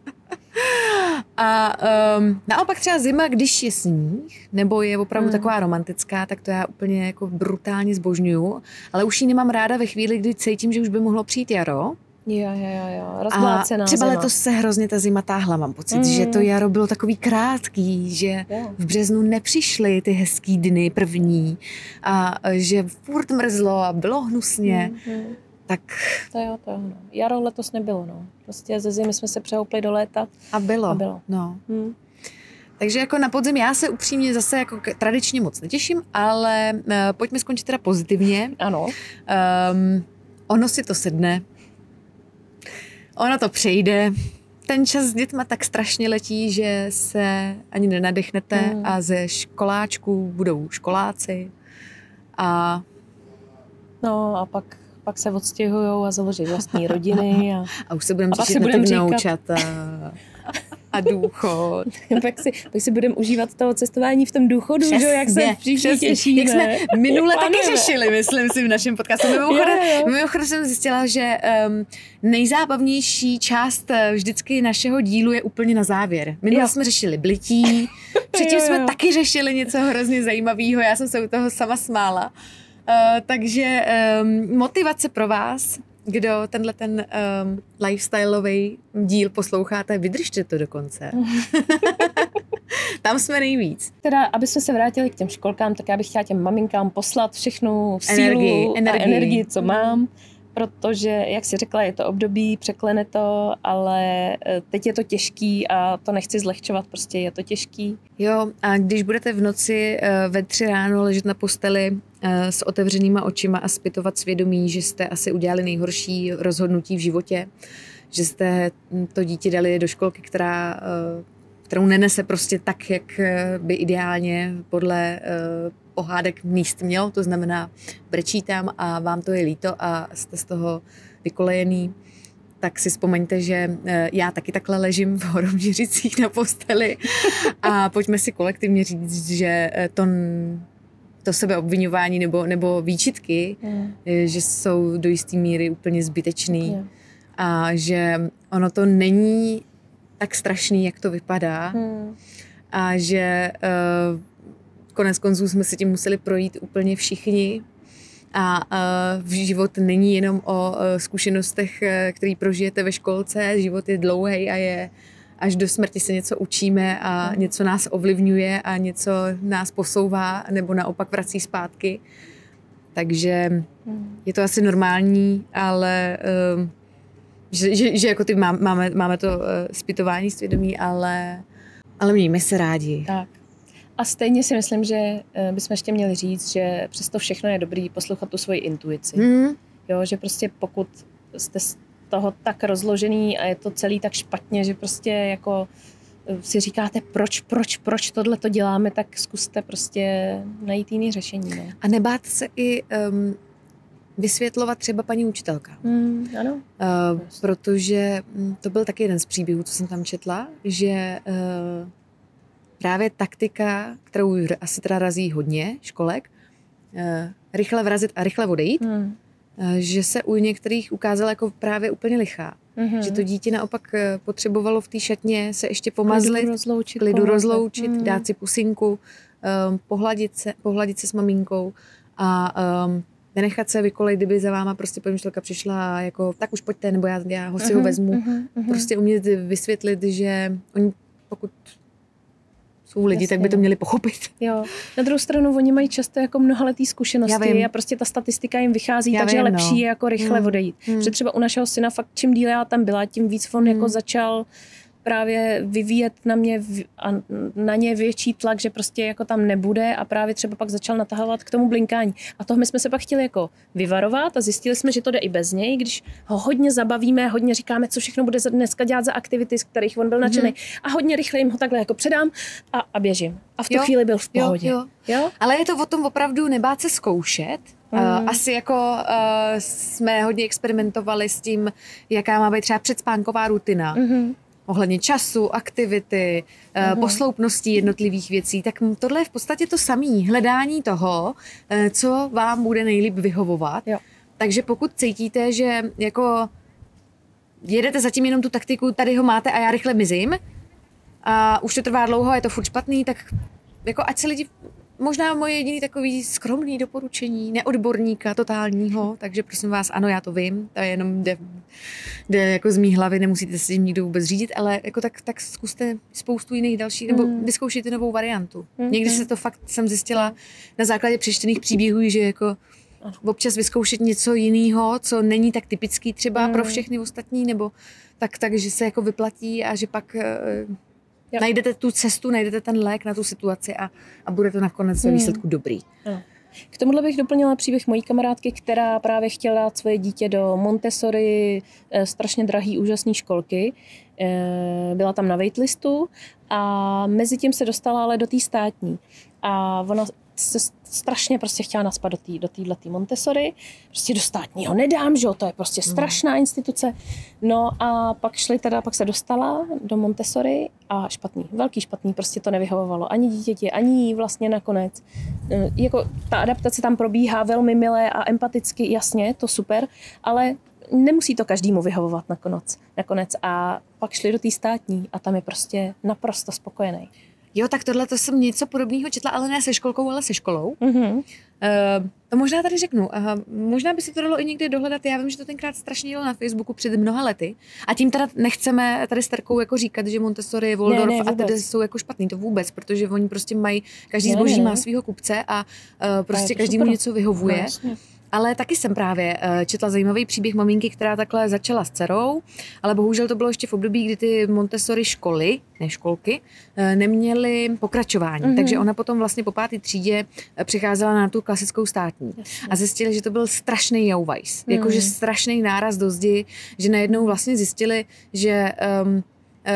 A um, naopak třeba zima, když je sníh, nebo je opravdu mm. taková romantická, tak to já úplně jako brutálně zbožňuju, ale už ji nemám ráda ve chvíli, kdy cítím, že už by mohlo přijít jaro. Jo, jo, jo, rozvlácená A třeba zima. letos se hrozně ta zima táhla, mám pocit, mm. že to jaro bylo takový krátký, že jo. v březnu nepřišly ty hezký dny první a že furt mrzlo a bylo hnusně. Mm. Tak... To jo, to jo. No. Jaro letos nebylo, no. Prostě ze zimy jsme se přehoupli do léta. A bylo. A bylo. No. Hmm. Takže jako na podzim já se upřímně zase jako tradičně moc netěším, ale uh, pojďme skončit teda pozitivně. Ano. Um, ono si to sedne, ono to přejde, ten čas s dětma tak strašně letí, že se ani nenadechnete mm. a ze školáčků budou školáci a... No a pak, pak se odstěhujou a založí vlastní rodiny a... A už se budeme těšit na ty vnoučata a důchod. pak, si, pak si budeme užívat toho cestování v tom důchodu, že jak se všichni těšíme. Jak jsme minule taky řešili, myslím si, v našem podcastu. Mimochodem, mimochodem jsem zjistila, že um, nejzábavnější část vždycky našeho dílu je úplně na závěr. Minule jo. jsme řešili blití, předtím jo, jo. jsme taky řešili něco hrozně zajímavého, já jsem se u toho sama smála. Uh, takže um, motivace pro vás, kdo tenhle ten um, lifestyleový díl posloucháte, vydržte to do konce. Tam jsme nejvíc. Teda, aby jsme se vrátili k těm školkám, tak já bych chtěla těm maminkám poslat všechnu sílu energii, energii. a energii, co mám, protože, jak jsi řekla, je to období, překlene to, ale teď je to těžký a to nechci zlehčovat, prostě je to těžký. Jo, a když budete v noci ve tři ráno ležet na posteli s otevřenýma očima a zpytovat svědomí, že jste asi udělali nejhorší rozhodnutí v životě, že jste to dítě dali do školky, která, kterou nenese prostě tak, jak by ideálně podle pohádek míst měl, to znamená brečí tam a vám to je líto a jste z toho vykolejený, tak si vzpomeňte, že já taky takhle ležím v Horoměřicích na posteli a pojďme si kolektivně říct, že to, to sebeobviňování nebo, nebo výčitky, mm. že jsou do jisté míry úplně zbytečný yeah. a že ono to není tak strašný, jak to vypadá mm. a že uh, konec konců jsme si tím museli projít úplně všichni a uh, život není jenom o uh, zkušenostech, uh, které prožijete ve školce, život je dlouhý a je až do smrti se něco učíme a mm. něco nás ovlivňuje a něco nás posouvá nebo naopak vrací zpátky. Takže mm. je to asi normální, ale uh, že, že, že jako ty má, máme, máme to uh, zpytování svědomí, ale, ale mějme se rádi. Tak. A stejně si myslím, že bychom ještě měli říct, že přesto všechno je dobrý poslouchat tu svoji intuici. Mm. Jo, že prostě pokud jste z toho tak rozložený a je to celý tak špatně, že prostě jako si říkáte, proč, proč, proč tohle to děláme, tak zkuste prostě najít jiný řešení. Ne? A nebát se i um, vysvětlovat třeba paní učitelka. Mm, ano. Uh, protože to byl taky jeden z příběhů, co jsem tam četla, že uh, právě taktika, kterou asi teda razí hodně školek, rychle vrazit a rychle odejít, hmm. že se u některých ukázala jako právě úplně lichá. Hmm. Že to dítě naopak potřebovalo v té šatně se ještě pomazlit, klidu rozloučit, klidu rozloučit hmm. dát si pusinku, um, pohladit, se, pohladit se s maminkou a um, nenechat se vykolejit, kdyby za váma prostě paní učitelka přišla a jako tak už pojďte, nebo já, já ho si hmm. ho vezmu. Hmm. Prostě umět vysvětlit, že oni pokud jsou lidi, jasně, tak by to měli pochopit. Jo. Na druhou stranu, oni mají často jako mnohaletý zkušenosti a prostě ta statistika jim vychází, já takže vím, lepší no. je jako rychle hmm. odejít. Hmm. Protože třeba u našeho syna fakt čím díl já tam byla, tím víc on hmm. jako začal právě vyvíjet na mě a na ně větší tlak, že prostě jako tam nebude a právě třeba pak začal natahovat k tomu blinkání. A toho my jsme se pak chtěli jako vyvarovat a zjistili jsme, že to jde i bez něj, když ho hodně zabavíme, hodně říkáme, co všechno bude dneska dělat za aktivity, z kterých on byl nadšený mm-hmm. a hodně rychle jim ho takhle jako předám a, a běžím. A v tu jo, chvíli byl v pohodě. Jo, jo. Jo? Ale je to o tom opravdu nebát se zkoušet. Mm. Uh, asi jako uh, jsme hodně experimentovali s tím, jaká má být třeba předspánková rutina. Mm-hmm. Ohledně času, aktivity, uhum. posloupností jednotlivých věcí, tak tohle je v podstatě to samé. Hledání toho, co vám bude nejlíp vyhovovat. Jo. Takže pokud cítíte, že jako jedete zatím jenom tu taktiku, tady ho máte a já rychle mizím a už to trvá dlouho a je to furt špatný, tak jako ať se lidi... Možná moje jediný takový skromný doporučení, neodborníka totálního, takže prosím vás, ano, já to vím, to je jenom jde, jde jako z mý hlavy, nemusíte se tím nikdo vůbec řídit, ale jako tak, tak zkuste spoustu jiných dalších, nebo mm. vyzkoušejte novou variantu. Mm. Někdy se to fakt jsem zjistila na základě přečtených příběhů, že jako občas vyzkoušet něco jiného, co není tak typický třeba mm. pro všechny ostatní, nebo tak, tak, že se jako vyplatí a že pak Jo. Najdete tu cestu, najdete ten lék na tu situaci a, a bude to nakonec ve výsledku dobrý. Ano. K tomuhle bych doplnila příběh mojí kamarádky, která právě chtěla dát svoje dítě do Montessori, strašně drahý, úžasný školky. Byla tam na waitlistu a mezi tím se dostala ale do té státní. A ona se strašně prostě chtěla naspat do té do téhletý Montessori, prostě do státního nedám, že jo, to je prostě strašná instituce. No a pak šli teda, pak se dostala do Montessori a špatný, velký špatný, prostě to nevyhovovalo ani dítěti, ani jí vlastně nakonec. Jako ta adaptace tam probíhá velmi milé a empaticky, jasně, to super, ale nemusí to každému vyhovovat nakonec. nakonec. A pak šli do té státní a tam je prostě naprosto spokojený. Jo, tak tohle to jsem něco podobného četla, ale ne se školkou, ale se školou. Mm-hmm. Uh, to možná tady řeknu. Uh, možná by si to dalo i někdy dohledat. Já vím, že to tenkrát strašně dělo na Facebooku před mnoha lety. A tím teda nechceme tady s Terkou jako říkat, že Montessori, Waldorf ne, ne, a tedy jsou jako špatný. To vůbec, protože oni prostě mají, každý ne, zboží ne, ne. má svýho kupce a uh, prostě každému něco vyhovuje. No, ale taky jsem právě uh, četla zajímavý příběh maminky, která takhle začala s dcerou, ale bohužel to bylo ještě v období, kdy ty Montessori školy, ne školky, uh, neměly pokračování. Mm-hmm. Takže ona potom vlastně po páté třídě uh, přicházela na tu klasickou státní. Jasně. A zjistili, že to byl strašný jauvajs. Mm-hmm. Jakože strašný náraz do zdi, že najednou vlastně zjistili, že um, uh,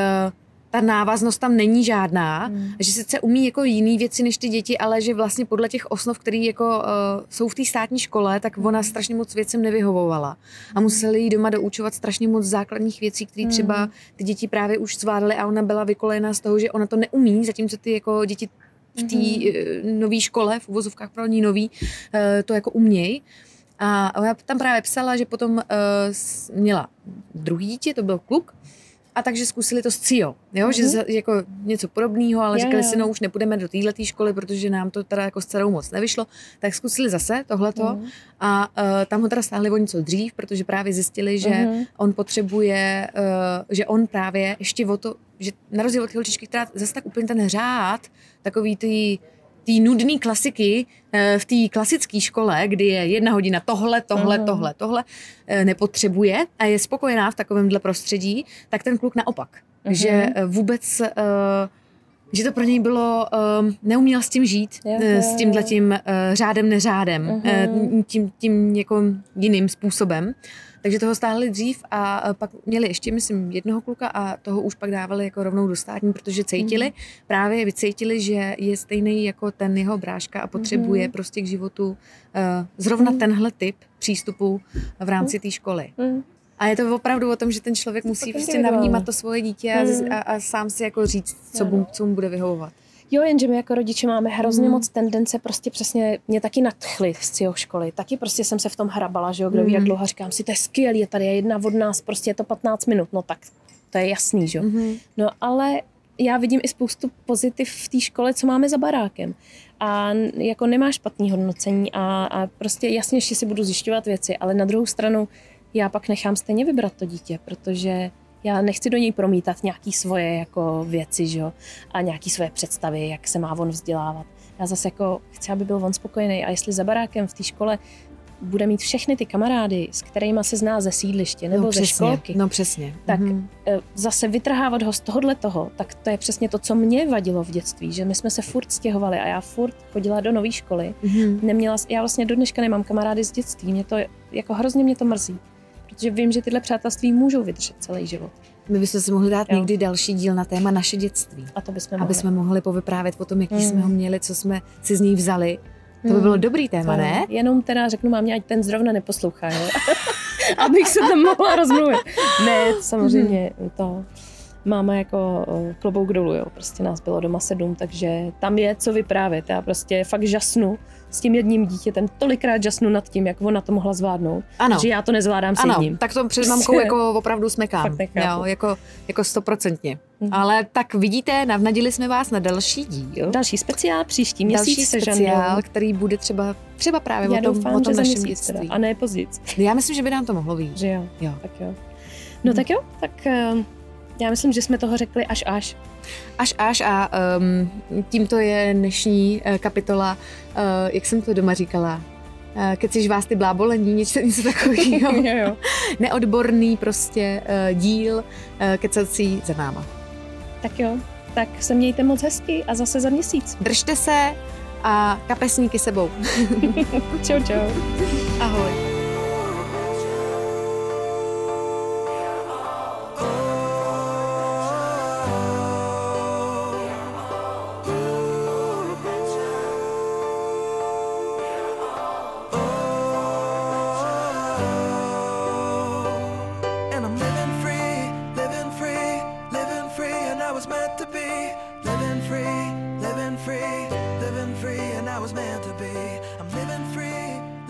ta návaznost tam není žádná, hmm. že sice umí jako jiný věci než ty děti, ale že vlastně podle těch osnov, které jako uh, jsou v té státní škole, tak ona strašně moc věcem nevyhovovala. A museli jí doma doučovat strašně moc základních věcí, které třeba ty děti právě už zvládaly a ona byla vykolejená z toho, že ona to neumí, zatímco ty jako děti v té hmm. nové škole, v uvozovkách pro ní nový, uh, to jako umějí. A ona tam právě psala, že potom uh, měla druhý dítě, to byl kluk, a takže zkusili to s Cio, jo? Mm-hmm. že z, jako něco podobného, ale říkali si, no už nepůjdeme do téhleté školy, protože nám to teda jako s dcerou moc nevyšlo, tak zkusili zase tohleto mm-hmm. a uh, tam ho teda stáhli o něco dřív, protože právě zjistili, že mm-hmm. on potřebuje, uh, že on právě ještě o to, že na rozdíl od holčičky, která zase tak úplně ten řád, takový ty té nudné klasiky v té klasické škole, kdy je jedna hodina tohle, tohle, uh-huh. tohle, tohle, nepotřebuje a je spokojená v takovémhle prostředí, tak ten kluk naopak. Uh-huh. Že vůbec, že to pro něj bylo, neuměl s tím žít, uh-huh. s tímhletím řádem, neřádem, uh-huh. tím, tím jako jiným způsobem. Takže toho stáhli dřív a pak měli ještě, myslím, jednoho kluka a toho už pak dávali jako rovnou do státní, protože cítili, mm. právě vycítili, že je stejný jako ten jeho bráška a potřebuje mm. prostě k životu uh, zrovna mm. tenhle typ přístupu v rámci té školy. Mm. A je to opravdu o tom, že ten člověk musí prostě navnímat to svoje dítě a, mm. a, a sám si jako říct, co, mu, co mu bude vyhovovat. Jo, jenže my jako rodiče máme hrozně mm. moc tendence, prostě přesně mě taky nadchly z Cio školy. Taky prostě jsem se v tom hrabala, že jo, kdo ví, mm. jak dlouho, říkám si, to je skvělý, je tady jedna od nás, prostě je to patnáct minut, no tak to je jasný, že jo. Mm. No ale já vidím i spoustu pozitiv v té škole, co máme za barákem. A jako nemá špatný hodnocení a, a prostě jasně ještě si budu zjišťovat věci, ale na druhou stranu já pak nechám stejně vybrat to dítě, protože já nechci do něj promítat nějaký svoje jako věci, že jo, a nějaký svoje představy, jak se má on vzdělávat. Já zase jako chci, aby byl on spokojený a jestli za barákem v té škole bude mít všechny ty kamarády, s kterými se zná ze sídliště nebo no, ze školky, no přesně. tak mm-hmm. zase vytrhávat ho z tohohle toho, tak to je přesně to, co mě vadilo v dětství, že my jsme se furt stěhovali a já furt chodila do nové školy. Mm-hmm. Neměla, já vlastně do dneška nemám kamarády z dětství, mě to jako hrozně mě to mrzí. Protože vím, že tyhle přátelství můžou vydržet celý život. My bychom si mohli dát jo. někdy další díl na téma naše dětství. A to bychom mohli. Aby jsme mohli povyprávět o tom, jaký mm. jsme ho měli, co jsme si z něj vzali. To by bylo dobrý téma, to, ne? Jenom teda řeknu mámě, ať ten zrovna neposlouchá, jo? Abych se tam mohla rozmluvit. Ne, samozřejmě mm. to máma jako klobouk dolů, jo. Prostě nás bylo doma sedm, takže tam je co vyprávět. Já prostě fakt žasnu s tím jedním dítětem, tolikrát žasnu nad tím, jak ona to mohla zvládnout. Ano. Že já to nezvládám s ano, jedním. Tak to před mamkou jako opravdu smekám. Jo, jako, jako stoprocentně. Mm. Ale tak vidíte, navnadili jsme vás na další díl. Další speciál příští měsíc. Další speciál, který bude třeba, třeba právě já o tom, doufám, o tom našem dětství. Teda, a ne později. Já myslím, že by nám to mohlo vyjít. Že jo. jo. Tak jo. No mm. tak jo, tak uh, já myslím, že jsme toho řekli až až. Až až a um, tímto je dnešní uh, kapitola, uh, jak jsem to doma říkala, uh, kecíš vás ty blábolení, něco, něco takového. jo, jo. Neodborný prostě uh, díl uh, kecací za náma. Tak jo, tak se mějte moc hezky a zase za měsíc. Držte se a kapesníky sebou. Čau, čau. Ahoj.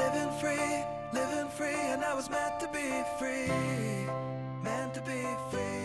I was meant to be free, meant to be free.